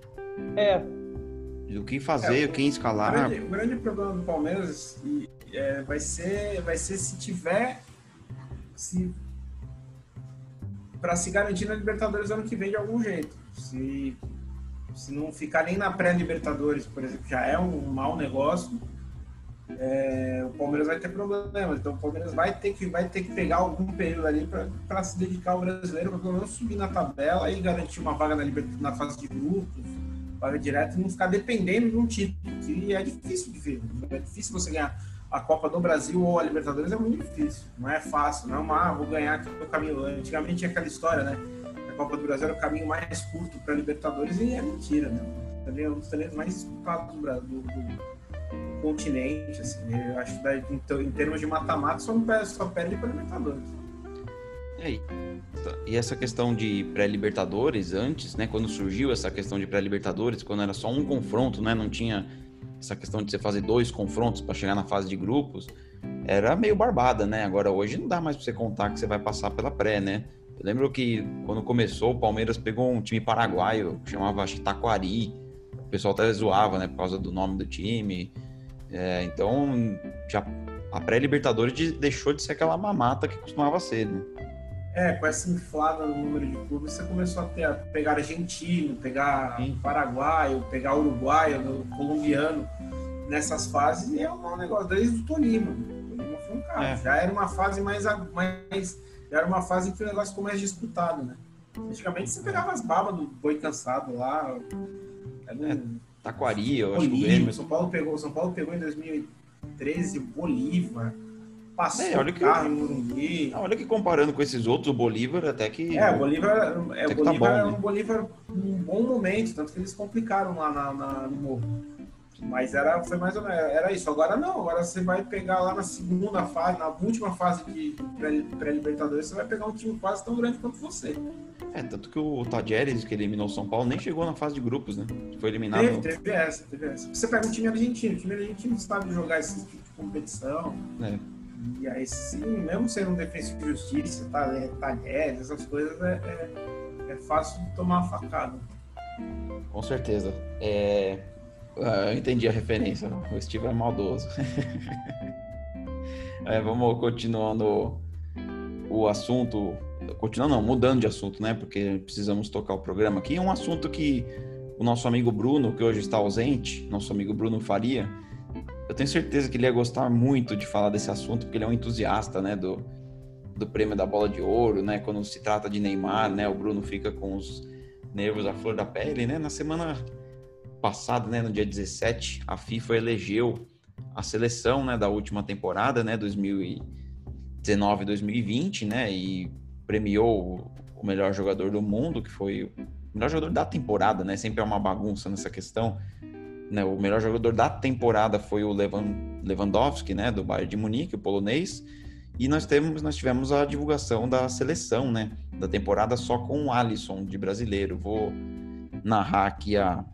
[SPEAKER 1] Do que fazer, quem escalar.
[SPEAKER 3] O grande problema do Palmeiras vai ser se tiver... para se garantir na Libertadores ano que vem de algum jeito. Se não ficar nem na pré-Libertadores, por exemplo, já é um mau negócio, o Palmeiras vai ter problemas. Então o Palmeiras vai ter que pegar algum período ali para se dedicar ao brasileiro, para pelo menos subir na tabela e garantir uma vaga na fase de grupos, vaga direta, e não ficar dependendo de um título, que é difícil de ver. É difícil você ganhar a Copa do Brasil ou a Libertadores, é muito difícil. Não é fácil, não é vou ganhar aqui o caminho. Antigamente tinha aquela história, né? A Copa do Brasil era o caminho mais curto para a Libertadores, e é mentira, né? É um dos torneios mais disputados do continente, assim. Eu acho que em termos de mata-mata só perde para a Libertadores.
[SPEAKER 1] E essa questão de pré-Libertadores, antes, né? Quando surgiu essa questão de pré-Libertadores, quando era só um confronto, né? Não tinha essa questão de você fazer 2 confrontos para chegar na fase de grupos, era meio barbada, né? Agora, hoje não dá mais para você contar que você vai passar pela pré, né? Eu lembro que quando começou, o Palmeiras pegou um time paraguaio, que chamava Taquari. O pessoal até zoava, né? Por causa do nome do time. Então, já a pré-Libertadores deixou de ser aquela mamata que costumava ser, né?
[SPEAKER 3] Com essa inflada no número de clubes, você começou a pegar argentino, pegar paraguaio, pegar uruguaio, colombiano nessas fases, e é um negócio desde o Tolima. O Tolima foi um cara. Já era uma fase já era uma fase em que o negócio ficou mais disputado, né? Antigamente você pegava as babas do boi cansado lá.
[SPEAKER 1] Taquari, eu acho que o Grêmio.
[SPEAKER 3] São Paulo pegou em 2013 o Bolívar. Passou
[SPEAKER 1] olha que,
[SPEAKER 3] carro em Morumbi.
[SPEAKER 1] Olha que comparando com esses outros, o Bolívar até que...
[SPEAKER 3] O Bolívar
[SPEAKER 1] tá bom,
[SPEAKER 3] é
[SPEAKER 1] né?
[SPEAKER 3] um Bolívar num bom momento, tanto que eles complicaram lá no Morro. Mas foi mais ou menos, era isso. Agora não, agora você vai pegar lá na segunda fase, na última fase de pré-Libertadores, você vai pegar um time quase tão grande quanto você.
[SPEAKER 1] Tanto que o Tadjeres, que eliminou o São Paulo, nem chegou na fase de grupos, né? Foi eliminado.
[SPEAKER 3] Teve essa. Você pega um time argentino, não sabe jogar esse tipo de competição. E aí sim, mesmo sendo um Defensa e Justiça, Talheres, essas coisas, é fácil de tomar a facada.
[SPEAKER 1] Com certeza. Eu entendi a referência, o Steve é maldoso. Vamos continuando o assunto. Mudando de assunto, né? Porque precisamos tocar o programa aqui. É um assunto que o nosso amigo Bruno, que hoje está ausente, nosso amigo Bruno Faria, eu tenho certeza que ele ia gostar muito de falar desse assunto, porque ele é um entusiasta, né, do prêmio da Bola de Ouro, né, quando se trata de Neymar, né, o Bruno fica com os nervos à flor da pele, né. Na semana passada, né, no dia 17, a FIFA elegeu a seleção, né, da última temporada, né, 2019-2020, né, e premiou o melhor jogador do mundo, que foi o melhor jogador da temporada, né, sempre é uma bagunça nessa questão. O melhor jogador da temporada foi o Lewandowski, né, do Bayern de Munique, o polonês, e nós tivemos a divulgação da seleção, né, da temporada só com o Alisson, de brasileiro. Vou narrar aqui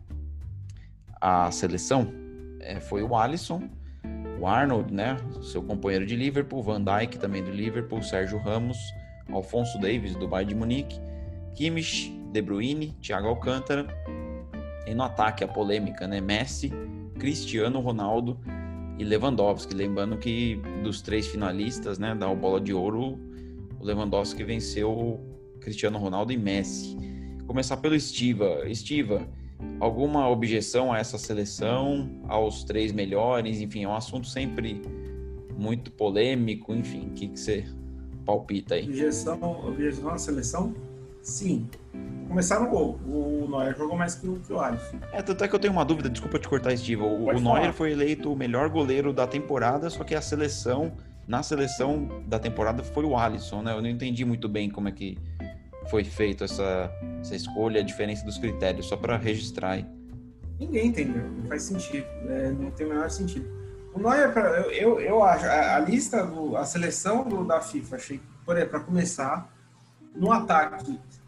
[SPEAKER 1] a seleção. Foi o Alisson, o Arnold, né, seu companheiro de Liverpool, Van Dijk, também do Liverpool, Sérgio Ramos, Alphonso Davies, do Bayern de Munique, Kimmich, De Bruyne, Thiago Alcântara. E no ataque, a polêmica, né? Messi, Cristiano Ronaldo e Lewandowski. Lembrando que dos 3 finalistas, né, da Bola de Ouro, o Lewandowski venceu Cristiano Ronaldo e Messi. Começar pelo Estiva. Estiva, alguma objeção a essa seleção, aos 3 melhores? Enfim, é um assunto sempre muito polêmico. Enfim, o que você palpita aí?
[SPEAKER 3] Objeção à seleção? Sim. Começar no gol. O Neuer jogou mais que o Alisson.
[SPEAKER 1] Tanto é que eu tenho uma dúvida, desculpa te cortar, Steve. O Neuer foi eleito o melhor goleiro da temporada, só que na seleção da temporada foi o Alisson, né? Eu não entendi muito bem como é que foi feita essa escolha, a diferença dos critérios, só para registrar aí.
[SPEAKER 3] Ninguém entendeu, não faz sentido, não tem o menor sentido. O Neuer, eu acho, a lista, a seleção da FIFA, achei, para começar, no ataque,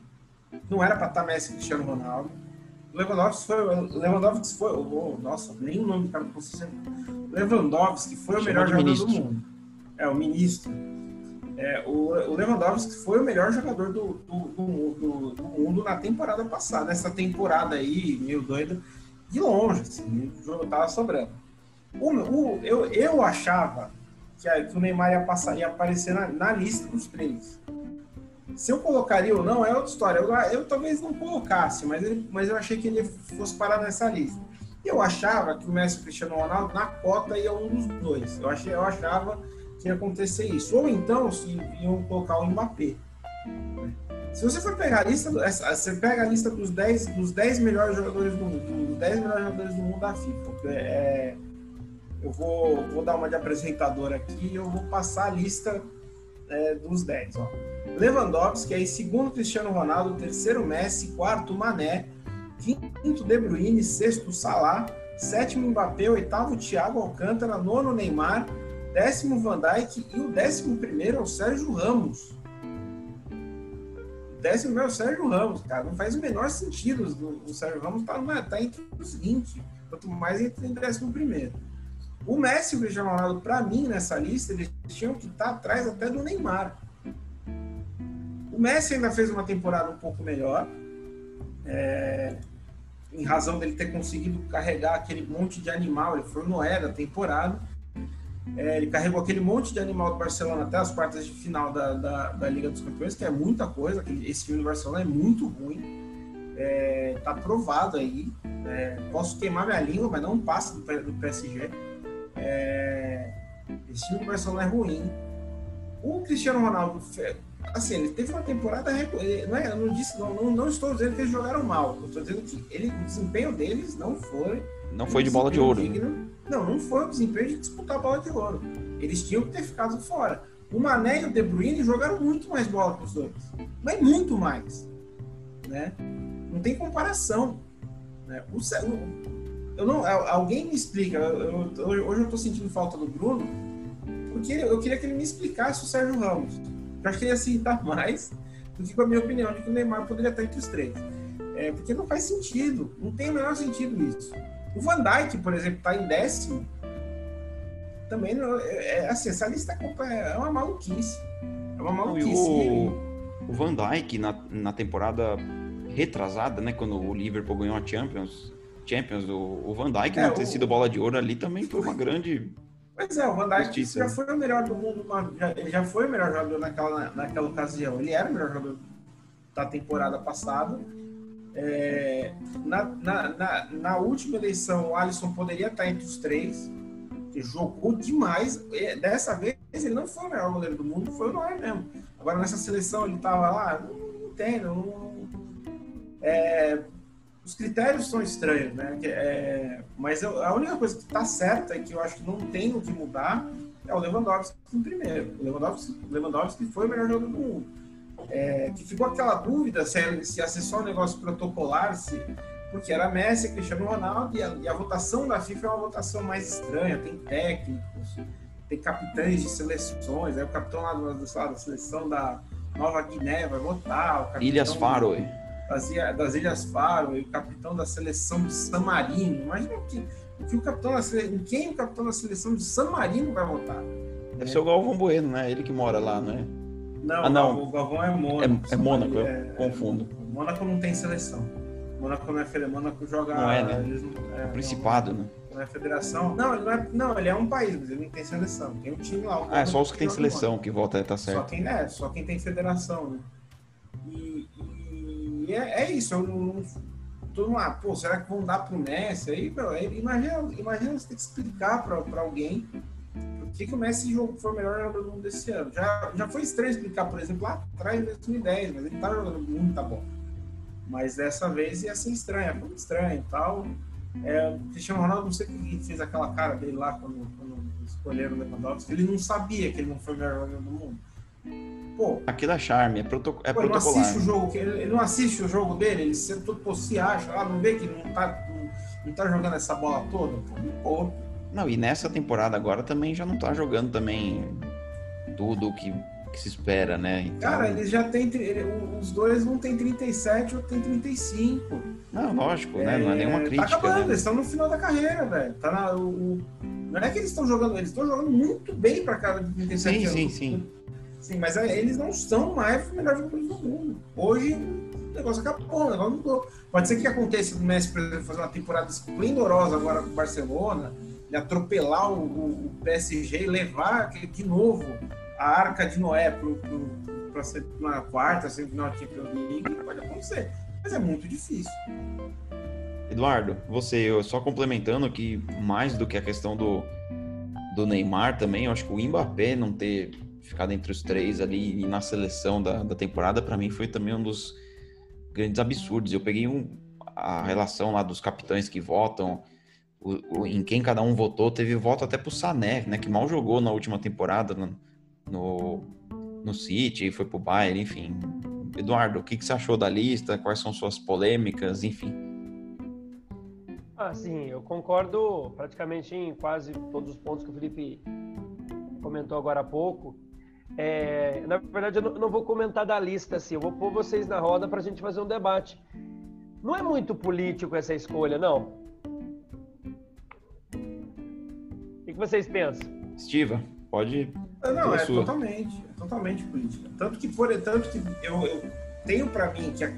[SPEAKER 3] Não era para estar Messi e Cristiano Ronaldo. Lewandowski foi nossa, nem o nome do cara não consigo. Lewandowski foi o melhor jogador do mundo. O ministro. O Lewandowski foi o melhor jogador do mundo na temporada passada. Nessa temporada aí, meio doida, de longe, assim, o jogo tava sobrando. Eu achava que o Neymar ia aparecer na lista dos três. Se eu colocaria ou não, é outra história. Eu talvez não colocasse, mas eu achei que ele fosse parar nessa lista. Eu achava que o Messi e o Cristiano Ronaldo, na cota, ia um dos dois. Eu achava que ia acontecer isso. Ou então, se iam colocar o Mbappé. Se você for pegar a lista, você pega a lista dos 10 melhores jogadores do mundo, dos 10 melhores jogadores do mundo da FIFA. Eu vou dar uma de apresentador aqui e eu vou passar a lista dos 10. Ó. Lewandowski, aí segundo Cristiano Ronaldo, terceiro Messi, quarto Mané, quinto De Bruyne, sexto Salah, sétimo Mbappé, oitavo Thiago Alcântara, nono Neymar, décimo Van Dijk e o 11º é o Sérgio Ramos. O 10º é o Sérgio Ramos, cara. Não faz o menor sentido. O Sérgio Ramos tá entre os 20, quanto mais entre em 11º. O Messi e o Cristiano Ronaldo, para mim, nessa lista, eles tinham que estar atrás até do Neymar. O Messi ainda fez uma temporada um pouco melhor, em razão dele ter conseguido carregar aquele monte de animal. Ele foi o Noé da temporada. Ele carregou aquele monte de animal do Barcelona até as quartas de final da Liga dos Campeões, que é muita coisa. Esse time do Barcelona é muito ruim. Tá provado aí. Posso queimar minha língua, mas não passa do PSG. Esse time do Barcelona é ruim. O Cristiano Ronaldo, assim, ele teve uma temporada. Não estou dizendo que eles jogaram mal. Eu estou dizendo que o desempenho deles não foi
[SPEAKER 1] de bola de ouro.
[SPEAKER 3] Não foi o desempenho de disputar a bola de ouro. Eles tinham que ter ficado fora. O Mané e o De Bruyne jogaram muito mais bola que os dois. Mas muito mais. Né? Não tem comparação. Né? Alguém me explica. Hoje eu estou sentindo falta do Bruno, porque eu queria que ele me explicasse o Sérgio Ramos. Eu acho que ele ia acertar mais do que com a minha opinião de que o Neymar poderia estar entre os três. Porque não faz sentido. Não tem o menor sentido isso. O Van Dijk, por exemplo, está em 10º. Também assim, essa lista é uma maluquice. É uma maluquice.
[SPEAKER 1] O Van Dijk, na temporada retrasada, né, quando o Liverpool ganhou a Champions, o Van Dijk não ter sido bola de ouro ali também foi uma grande...
[SPEAKER 3] Pois o Van Dijk já foi o melhor do mundo, já foi o melhor jogador naquela ocasião. Ele era o melhor jogador da temporada passada. Na última eleição, o Alisson poderia estar entre os três, que jogou demais. Dessa vez, ele não foi o melhor goleiro do mundo, foi o Neuer mesmo. Agora, nessa seleção, ele estava lá, não entendo. Os critérios são estranhos, né? Mas a única coisa que está certa e que eu acho que não tem o que mudar é o Lewandowski em primeiro. O Lewandowski foi o melhor jogador do mundo. Que ficou aquela dúvida se ia ser só um negócio protocolar, porque era Messi, Cristiano Ronaldo, e a votação da FIFA é uma votação mais estranha. Tem técnicos, tem capitães de seleções, aí o capitão lá da seleção da Nova Guiné vai votar.
[SPEAKER 1] Ilhas Faro,
[SPEAKER 3] das Ilhas Faro, e o capitão da seleção de San Marino. Imagina em quem o capitão da seleção de San Marino vai votar.
[SPEAKER 1] Deve ser o Galvão Bueno, né? Ele que mora lá, não é?
[SPEAKER 3] Não. O Galvão é Mônaco.
[SPEAKER 1] É Mônaco, eu confundo.
[SPEAKER 3] Mônaco não tem seleção. Mônaco não é federação. Mônaco joga...
[SPEAKER 1] Não é, né? O Principado, né?
[SPEAKER 3] Não é federação. Não, ele é um país, mas ele não tem seleção. Tem um time lá.
[SPEAKER 1] É só os que tem seleção que vota, tá certo.
[SPEAKER 3] Só quem tem federação, né? E é isso. Todo mundo, será que vão dar pro Messi? Aí, imagina você ter que explicar para alguém por que o Messi foi o melhor jogador do mundo desse ano. Já foi estranho explicar, por exemplo, lá atrás, em 2010, mas ele estava jogando muito, tá bom. Mas dessa vez ia ser estranho, foi estranho e tal. O Cristiano Ronaldo, não sei o que fez aquela cara dele lá quando escolheram o Lewandowski. Ele não sabia que ele não foi o melhor jogador do mundo.
[SPEAKER 1] Aquilo é charme, é protocolar.
[SPEAKER 3] Ele não assiste o jogo, ele não assiste o jogo dele, ele se acha, não vê que não tá jogando essa bola toda?
[SPEAKER 1] Não, e nessa temporada agora também já não tá jogando também tudo que que se espera, né? Então...
[SPEAKER 3] Cara, eles já têm, os dois um tem 37, o outro tem 35.
[SPEAKER 1] Não, lógico, né? Não é nenhuma crítica.
[SPEAKER 3] Tá acabando,
[SPEAKER 1] né?
[SPEAKER 3] Eles estão no final da carreira, velho. Não é que eles estão jogando muito bem pra cara de 37 anos. Sim, mas eles não são mais os melhores jogadores do mundo. Hoje o negócio acabou, o negócio mudou. Pode ser que aconteça o Messi, por exemplo, fazer uma temporada esplendorosa agora com o Barcelona, de atropelar o PSG e levar de novo a Arca de Noé para ser uma quarta, semifinal de Champions League, pode acontecer. Mas é muito difícil.
[SPEAKER 1] Eduardo, eu só complementando que mais do que a questão do Neymar também, eu acho que o Mbappé não ter ficado entre os três ali e na seleção da temporada, para mim foi também um dos grandes absurdos. Eu peguei a relação lá dos capitães que votam, em quem cada um votou, teve voto até pro Sané, né, que mal jogou na última temporada no City, foi pro Bayern, enfim. Eduardo, o que você achou da lista? Quais são suas polêmicas, enfim?
[SPEAKER 2] Sim, eu concordo praticamente em quase todos os pontos que o Felipe comentou agora há pouco. Na verdade, eu não vou comentar da lista, assim, eu vou pôr vocês na roda para a gente fazer um debate. Não é muito político essa escolha, não? O que vocês pensam?
[SPEAKER 1] Estiva, pode...
[SPEAKER 3] Não, totalmente política. Tanto que eu tenho para mim que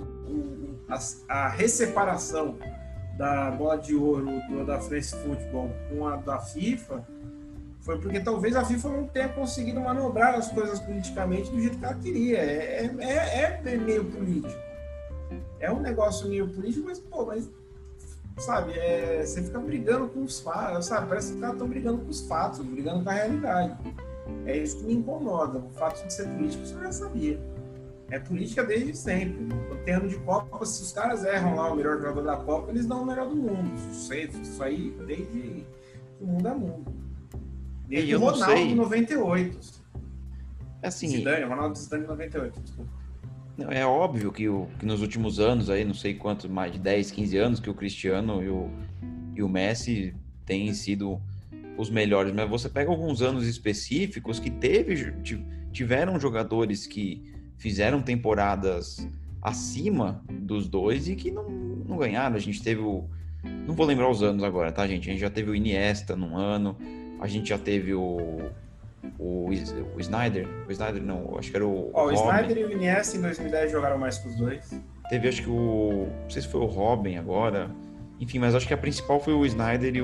[SPEAKER 3] a resseparação da bola de ouro da France Football com a da FIFA foi porque talvez a FIFA não tenha conseguido manobrar as coisas politicamente do jeito que ela queria. É meio político. É um negócio meio político, mas sabe, você fica brigando com os fatos, sabe? Parece que os caras estão brigando com os fatos, brigando com a realidade. É isso que me incomoda. O fato de ser político, você já sabia. É política desde sempre. No termo de Copa, se os caras erram lá o melhor jogador da Copa, eles dão o melhor do mundo. Isso aí desde que o mundo é mundo. Desde o Ronaldo de 98.
[SPEAKER 1] Assim,
[SPEAKER 3] Ronaldo Zidane de 98, desculpa.
[SPEAKER 1] É óbvio que nos últimos anos, aí, não sei quantos, mais de 10, 15 anos, que o Cristiano e o Messi têm sido os melhores, mas você pega alguns anos específicos que tiveram jogadores que fizeram temporadas acima dos dois e que não ganharam. A gente teve não vou lembrar os anos agora, tá, gente? A gente já teve o Iniesta num ano, a gente já teve o Snyder. O Snyder não, acho que era o
[SPEAKER 3] o Snyder e o Iniesta em 2010 jogaram mais que os dois.
[SPEAKER 1] Teve, acho que não sei se foi o Robben agora. Enfim, mas acho que a principal foi o Snyder e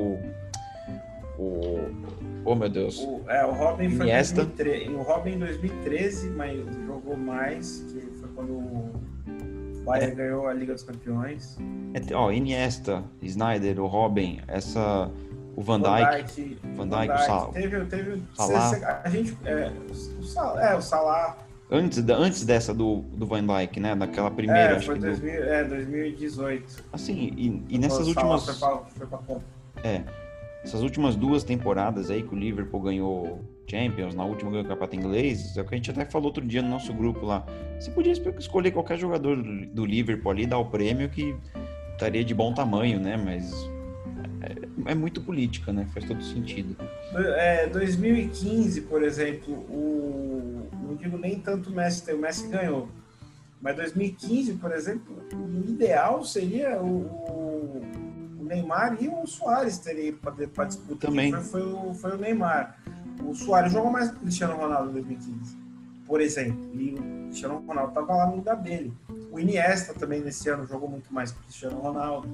[SPEAKER 1] oh, meu Deus.
[SPEAKER 3] O Robben foi
[SPEAKER 1] em
[SPEAKER 3] o Robben em 2013, mas jogou mais, que foi quando o Bayern ganhou a Liga dos Campeões.
[SPEAKER 1] Iniesta, Snyder, o Robben, o Van Dijk, o Salah.
[SPEAKER 3] Teve a gente, o Salah.
[SPEAKER 1] Antes dessa do Van Dijk, né? Daquela primeira, acho
[SPEAKER 3] foi
[SPEAKER 1] que
[SPEAKER 3] 2018.
[SPEAKER 1] Assim, e nessas últimas...
[SPEAKER 3] Foi pra Copa.
[SPEAKER 1] Essas últimas 2 temporadas aí que o Liverpool ganhou Champions, na última ganhou o Campeonato Inglês, é o que a gente até falou outro dia no nosso grupo lá. Você podia escolher qualquer jogador do Liverpool ali, dar o prêmio que estaria de bom tamanho, né? Mas é muito política, né? Faz todo sentido.
[SPEAKER 3] 2015, por exemplo, não digo nem tanto o Messi ganhou, mas 2015, por exemplo, o ideal seria o Neymar e o Suárez teriam para disputar.
[SPEAKER 1] Também.
[SPEAKER 3] Foi o Neymar. O Suárez jogou mais que o Cristiano Ronaldo em 2015, por exemplo. E o Cristiano Ronaldo estava lá no lugar dele. O Iniesta também nesse ano jogou muito mais que o Cristiano Ronaldo.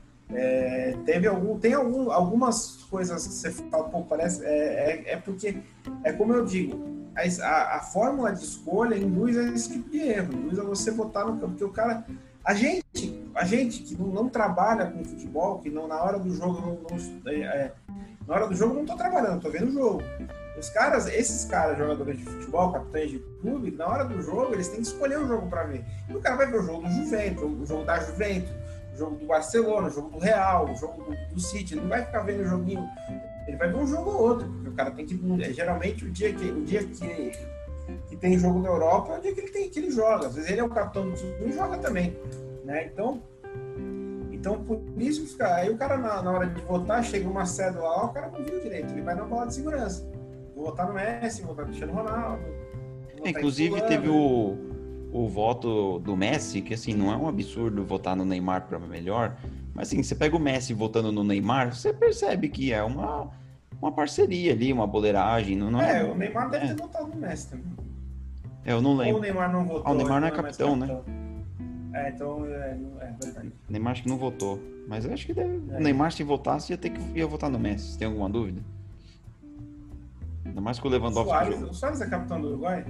[SPEAKER 3] Tem algumas coisas que você fala, pô, parece. Porque, como eu digo, a fórmula de escolha induz a esse tipo de erro, induz a você botar no campo. Porque o cara. A gente que não trabalha com futebol, que na hora do jogo na hora do jogo eu não estou trabalhando, estou vendo o jogo. Esses caras, jogadores de futebol, capitães de clube, na hora do jogo eles têm que escolher o jogo para ver. E o cara vai ver o jogo do Juventus, o jogo da Juventus, o jogo do Barcelona, o jogo do Real, o jogo do City. Ele não vai ficar vendo o joguinho, ele vai ver um jogo ou outro, porque o cara tem que. Geralmente o dia que tem jogo na Europa é o dia que ele joga. Às vezes ele é o capitão do time e joga também, né? Então por isso, aí o cara na hora de votar, chega uma cédula lá, o cara não viu direito, ele vai na bola de segurança. Vou votar no Messi, vou votar no Cristiano Ronaldo, votar em
[SPEAKER 1] Inclusive
[SPEAKER 3] fulano.
[SPEAKER 1] teve o voto do Messi, que assim, não é um absurdo votar no Neymar para melhor, mas assim, você pega o Messi votando no Neymar, você percebe que é uma parceria ali, uma boleiragem, não é,
[SPEAKER 3] O Neymar deve ter
[SPEAKER 1] né?
[SPEAKER 3] votado no Messi também.
[SPEAKER 1] Eu não
[SPEAKER 3] Ou o
[SPEAKER 1] lembro.
[SPEAKER 3] Neymar não votou?
[SPEAKER 1] O Neymar não é
[SPEAKER 3] mais
[SPEAKER 1] capitão, né?
[SPEAKER 3] Então é verdade.
[SPEAKER 1] O Neymar acho que não votou, mas eu acho que o Neymar, se votasse, ia votar no Messi. Você tem alguma dúvida? Ainda mais que o Lewandowski jogou.
[SPEAKER 3] O Suárez é capitão do Uruguai?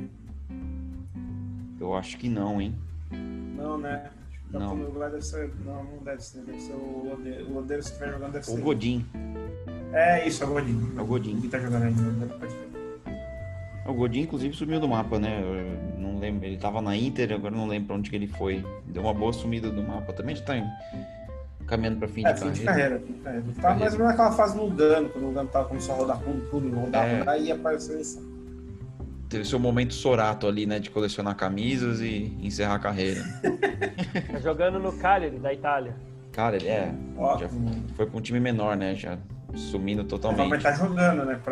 [SPEAKER 1] Eu acho que não, hein?
[SPEAKER 3] Não, né? O capitão do Uruguai deve ser... Não deve ser. Deve ser o Lodeiro. O Lodeiro, se estiver jogando, deve ser...
[SPEAKER 1] O Godin.
[SPEAKER 3] É isso, é o Godin.
[SPEAKER 1] É o Godin.
[SPEAKER 3] Que tá jogando ainda.
[SPEAKER 1] O Godin, inclusive, sumiu do mapa, né? Eu não lembro. Ele tava na Inter, agora não lembro pra onde que ele foi. Deu uma boa sumida do mapa. Também já tá caminhando pra fim de
[SPEAKER 3] fim
[SPEAKER 1] carreira.
[SPEAKER 3] de carreira. Tá mais ou menos naquela fase no Lugano, quando o Lugano tava começando a rodar tudo, rodar, e apareceu isso.
[SPEAKER 1] Teve seu momento Sorato ali, né? De colecionar camisas e encerrar a carreira.
[SPEAKER 2] Tá jogando no Cagliari, da Itália.
[SPEAKER 1] Cara, ele já foi pra um time menor, né? Já sumindo totalmente.
[SPEAKER 3] Mas tá jogando, né?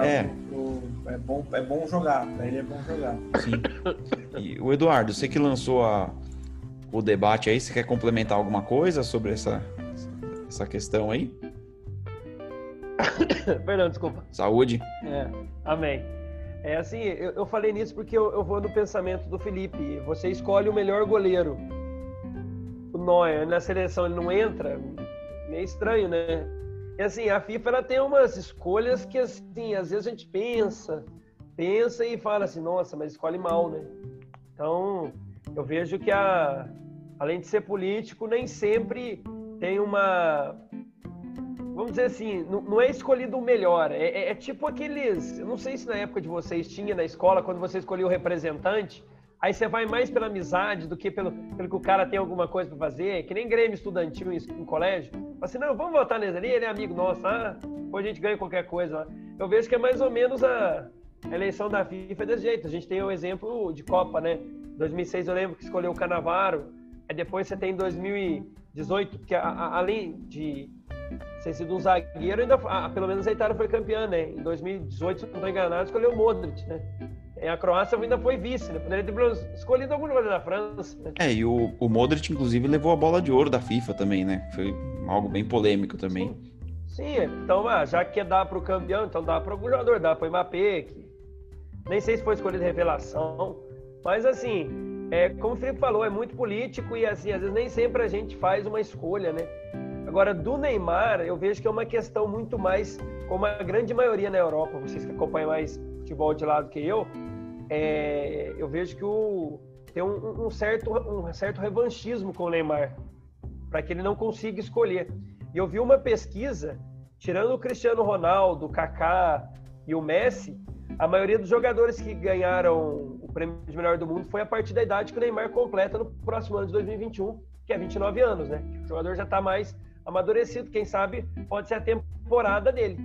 [SPEAKER 3] É bom jogar. Pra ele é bom jogar.
[SPEAKER 1] Sim. E o Eduardo, você que lançou o debate aí, você quer complementar alguma coisa sobre essa questão aí?
[SPEAKER 2] Perdão, desculpa.
[SPEAKER 1] Saúde.
[SPEAKER 2] Amém. Assim, eu falei nisso porque eu vou no pensamento do Felipe. Você escolhe o melhor goleiro. O Neuer, na seleção, ele não entra? Meio estranho, né? E assim, a FIFA ela tem umas escolhas que, assim, às vezes a gente pensa e fala assim, nossa, mas escolhe mal, né? Então, eu vejo que além de ser político, nem sempre tem uma... Vamos dizer assim, não é escolhido o melhor. É tipo aqueles... Eu não sei se na época de vocês tinha na escola, quando você escolhia o representante, aí você vai mais pela amizade do que pelo que o cara tem alguma coisa para fazer, que nem Grêmio estudantil em colégio. Fala assim, não, vamos votar nele ali, ele é amigo nosso, depois a gente ganha qualquer coisa lá. Eu vejo que é mais ou menos a eleição da FIFA é desse jeito. A gente tem o exemplo de Copa, né? 2006 eu lembro que escolheu o Cannavaro, aí depois você tem 2018, porque além de ser sido um zagueiro, ainda pelo menos a Itália foi campeã, né? Em 2018, se não estou enganado, escolheu o Modric, né? A Croácia ainda foi vice, né? Poderia ter escolhido algum jogador da França, né?
[SPEAKER 1] E o Modric, inclusive, levou a bola de ouro da FIFA também, né? Foi algo bem polêmico também.
[SPEAKER 2] Sim, então, já que dá para o campeão, então dá para algum jogador, dá para o Mbappé, que nem sei se foi escolhido revelação, mas assim, como o Felipe falou, é muito político e assim, às vezes nem sempre a gente faz uma escolha, né? Agora, do Neymar, eu vejo que é uma questão muito mais, como a grande maioria na Europa, vocês que acompanham mais futebol de lado que eu vejo que tem um certo revanchismo com o Neymar, para que ele não consiga escolher. E eu vi uma pesquisa, tirando o Cristiano Ronaldo, o Kaká e o Messi, a maioria dos jogadores que ganharam o prêmio de melhor do mundo foi a partir da idade que o Neymar completa no próximo ano de 2021, que é 29 anos, né? O jogador já está mais amadurecido, quem sabe pode ser a temporada dele.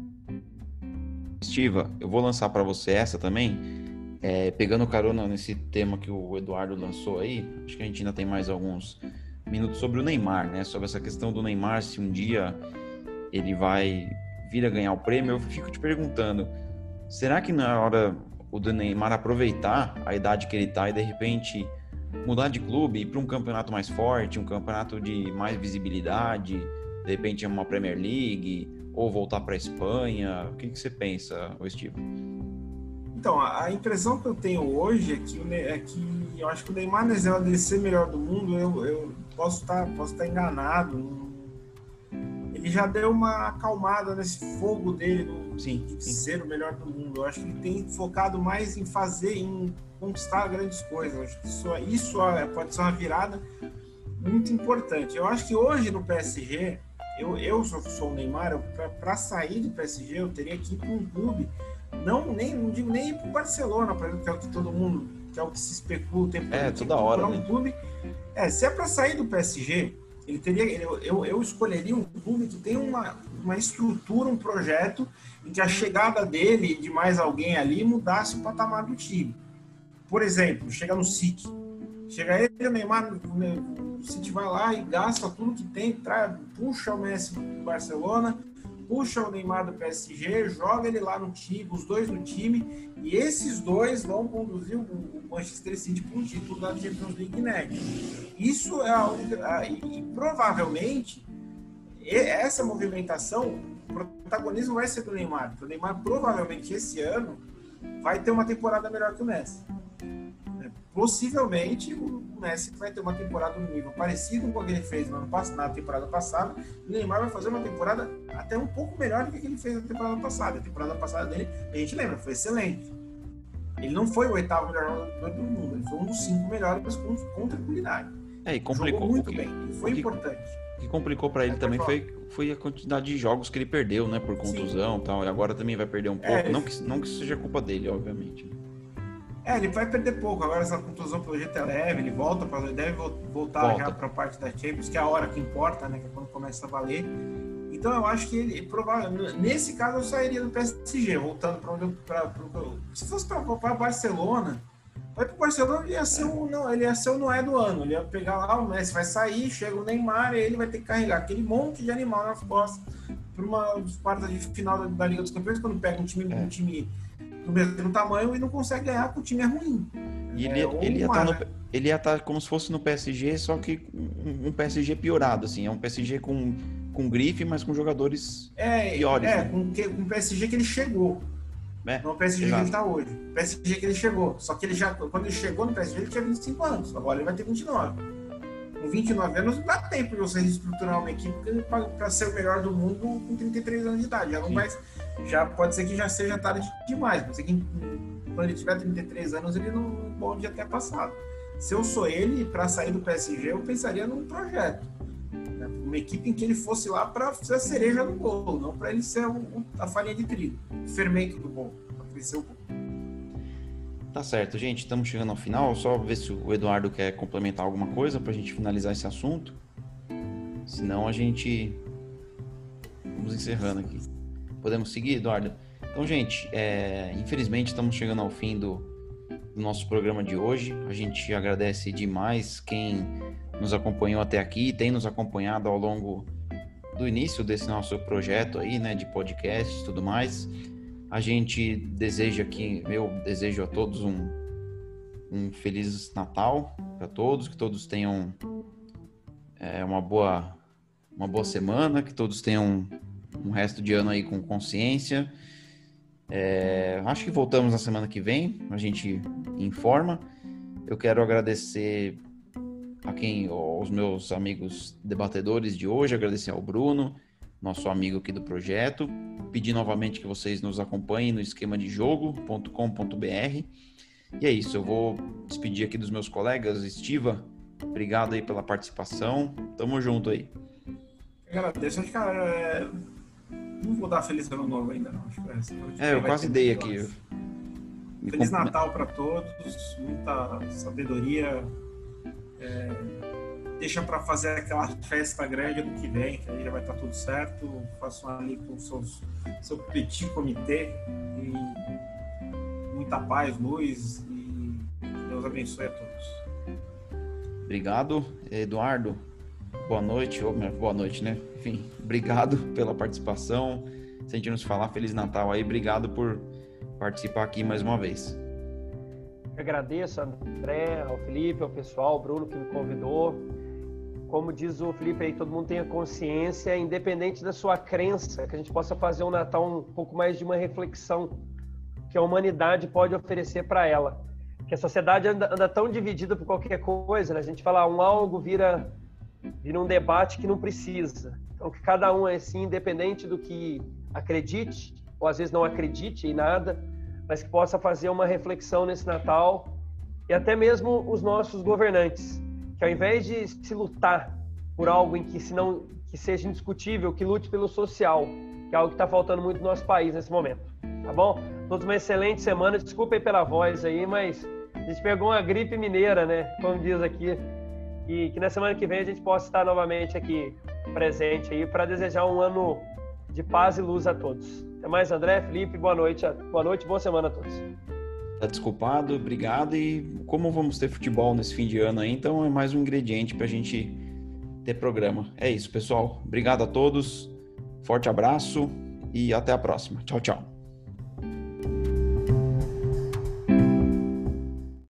[SPEAKER 1] Estiva, eu vou lançar para você essa também, pegando carona nesse tema que o Eduardo lançou aí. Acho que a gente ainda tem mais alguns minutos sobre o Neymar, né? Sobre essa questão do Neymar, se um dia ele vai vir a ganhar o prêmio. Eu fico te perguntando, será que na hora do Neymar aproveitar a idade que ele tá e de repente mudar de clube, ir para um campeonato mais forte, um campeonato de mais visibilidade, de repente uma Premier League, ou voltar para a Espanha? O que você pensa, Estiva?
[SPEAKER 3] Então, a impressão que eu tenho hoje é que eu acho que o Neymar, nesse de ser melhor do mundo, eu posso estar enganado. Ele já deu uma acalmada nesse fogo dele de ser o melhor do mundo. Eu acho que ele tem focado mais em conquistar grandes coisas. Eu acho que isso pode ser uma virada muito importante. Eu acho que hoje no PSG, eu sou o Neymar, para sair do PSG eu teria que ir para um clube, não digo nem ir para o Barcelona, por exemplo, que é o que todo mundo, que é o que se especula o tempo todo.
[SPEAKER 1] Toda hora,
[SPEAKER 3] né? Clube, se é para sair do PSG, eu escolheria um clube que tem uma estrutura, um projeto em que a chegada dele e de mais alguém ali mudasse o patamar do time. Por exemplo, chega no City. Chega ele, o Neymar, o City vai lá e gasta tudo que tem, puxa o Messi do Barcelona, puxa o Neymar do PSG, joga ele lá no time, os dois no time, e esses dois vão conduzir o Manchester City para um título da Champions League inédito. Isso é a única... E provavelmente, essa movimentação, o protagonismo vai ser do Neymar. O Neymar provavelmente esse ano vai ter uma temporada melhor que o Messi. Possivelmente o Messi vai ter uma temporada no nível parecido com o que ele fez na temporada passada, e o Neymar vai fazer uma temporada até um pouco melhor do que ele fez na temporada passada. A temporada passada dele, a gente lembra, foi excelente. Ele não foi o 8º melhor jogador do mundo, ele foi um dos 5 melhores com tranquilidade.
[SPEAKER 1] E complicou.
[SPEAKER 3] Jogou muito bem, e foi importante.
[SPEAKER 1] O que complicou para ele também foi a quantidade de jogos que ele perdeu, né, por contusão e tal, e agora também vai perder um pouco, não que seja culpa dele, obviamente.
[SPEAKER 3] Ele vai perder pouco. Agora essa contusão pelo jeito é leve, ele deve voltar já para a parte da Champions, que é a hora que importa, né? Que é quando começa a valer. Então eu acho que ele provavelmente, nesse caso eu sairia do PSG, voltando para se fosse para Barcelona, vai para o Barcelona, ele ia ser o Noé do ano. Ele ia pegar lá, o Messi vai sair, chega o Neymar e ele vai ter que carregar aquele monte de animal nas costas para uma quarta de final da Liga dos Campeões, quando pega um time do mesmo tamanho e não consegue ganhar porque o time é ruim.
[SPEAKER 1] E ele ia estar como se fosse no PSG, só que um PSG piorado, assim. É um PSG com grife, mas com jogadores piores.
[SPEAKER 3] Com o PSG que ele chegou. Não é o PSG que ele está hoje. O PSG que ele chegou. Só que quando ele chegou no PSG, ele tinha 25 anos. Agora ele vai ter 29. Com 29 anos não dá tempo de você reestruturar uma equipe para ser o melhor do mundo com 33 anos de idade. Já pode ser que já seja tarde demais. Pode ser que quando ele tiver 33 anos, ele não pode até passado. Se eu sou ele, para sair do PSG, eu pensaria num projeto. Né? Uma equipe em que ele fosse lá para ser a cereja do bolo, não para ele ser a farinha de trigo, o fermento do bolo, para crescer o bolo.
[SPEAKER 1] Tá certo, gente. Estamos chegando ao final. Só ver se o Eduardo quer complementar alguma coisa para a gente finalizar esse assunto. Senão a gente... Vamos encerrando aqui. Podemos seguir, Eduardo? Então, gente, infelizmente estamos chegando ao fim do nosso programa de hoje. A gente agradece demais quem nos acompanhou até aqui, tem nos acompanhado ao longo do início desse nosso projeto aí, né, de podcast e tudo mais. A gente deseja aqui, eu desejo a todos um Feliz Natal para todos, que todos tenham uma boa semana, que todos tenham um resto de ano aí com consciência. Acho que voltamos na semana que vem, a gente informa. Eu quero agradecer aos meus amigos debatedores de hoje, agradecer ao Bruno, nosso amigo aqui do projeto, pedir novamente que vocês nos acompanhem no esquemadejogo.com.br. E é isso, eu vou despedir aqui dos meus colegas. Estiva, obrigado aí pela participação, tamo junto aí.
[SPEAKER 3] Agradeço, acho que não vou dar feliz ano novo ainda não. Acho que
[SPEAKER 1] eu quase dei aqui.
[SPEAKER 3] Feliz Natal para todos, muita sabedoria. Deixa para fazer aquela festa grande ano que vem, que aí já vai estar tudo certo. Façam ali com seu petit comitê e muita paz, luz, e Deus abençoe a todos.
[SPEAKER 1] Obrigado, Eduardo. Boa noite, boa noite, né? Enfim, obrigado pela participação. Se a gente nos falar, Feliz Natal aí. Obrigado por participar aqui mais uma vez.
[SPEAKER 2] Agradeço, André, ao Felipe, ao pessoal, ao Bruno que me convidou. Como diz o Felipe aí, todo mundo tenha consciência, independente da sua crença, que a gente possa fazer um Natal um pouco mais de uma reflexão que a humanidade pode oferecer para ela. Que a sociedade anda tão dividida por qualquer coisa, né? A gente fala algo vira um debate que não precisa. Então, que cada um, assim, independente do que acredite, ou às vezes não acredite em nada, mas que possa fazer uma reflexão nesse Natal, e até mesmo os nossos governantes, que ao invés de se lutar por algo em que seja indiscutível, que lute pelo social, que é algo que está faltando muito no nosso país nesse momento, tá bom? Todos uma excelente semana, desculpem pela voz aí, mas a gente pegou uma gripe mineira, né, como diz aqui, e que na semana que vem a gente possa estar novamente aqui presente aí para desejar um ano de paz e luz a todos. Até mais, André, Felipe, boa noite, boa semana a todos.
[SPEAKER 1] Tá desculpado, obrigado. E como vamos ter futebol nesse fim de ano aí, então é mais um ingrediente pra gente ter programa. É isso, pessoal. Obrigado a todos. Forte abraço e até a próxima. Tchau, tchau.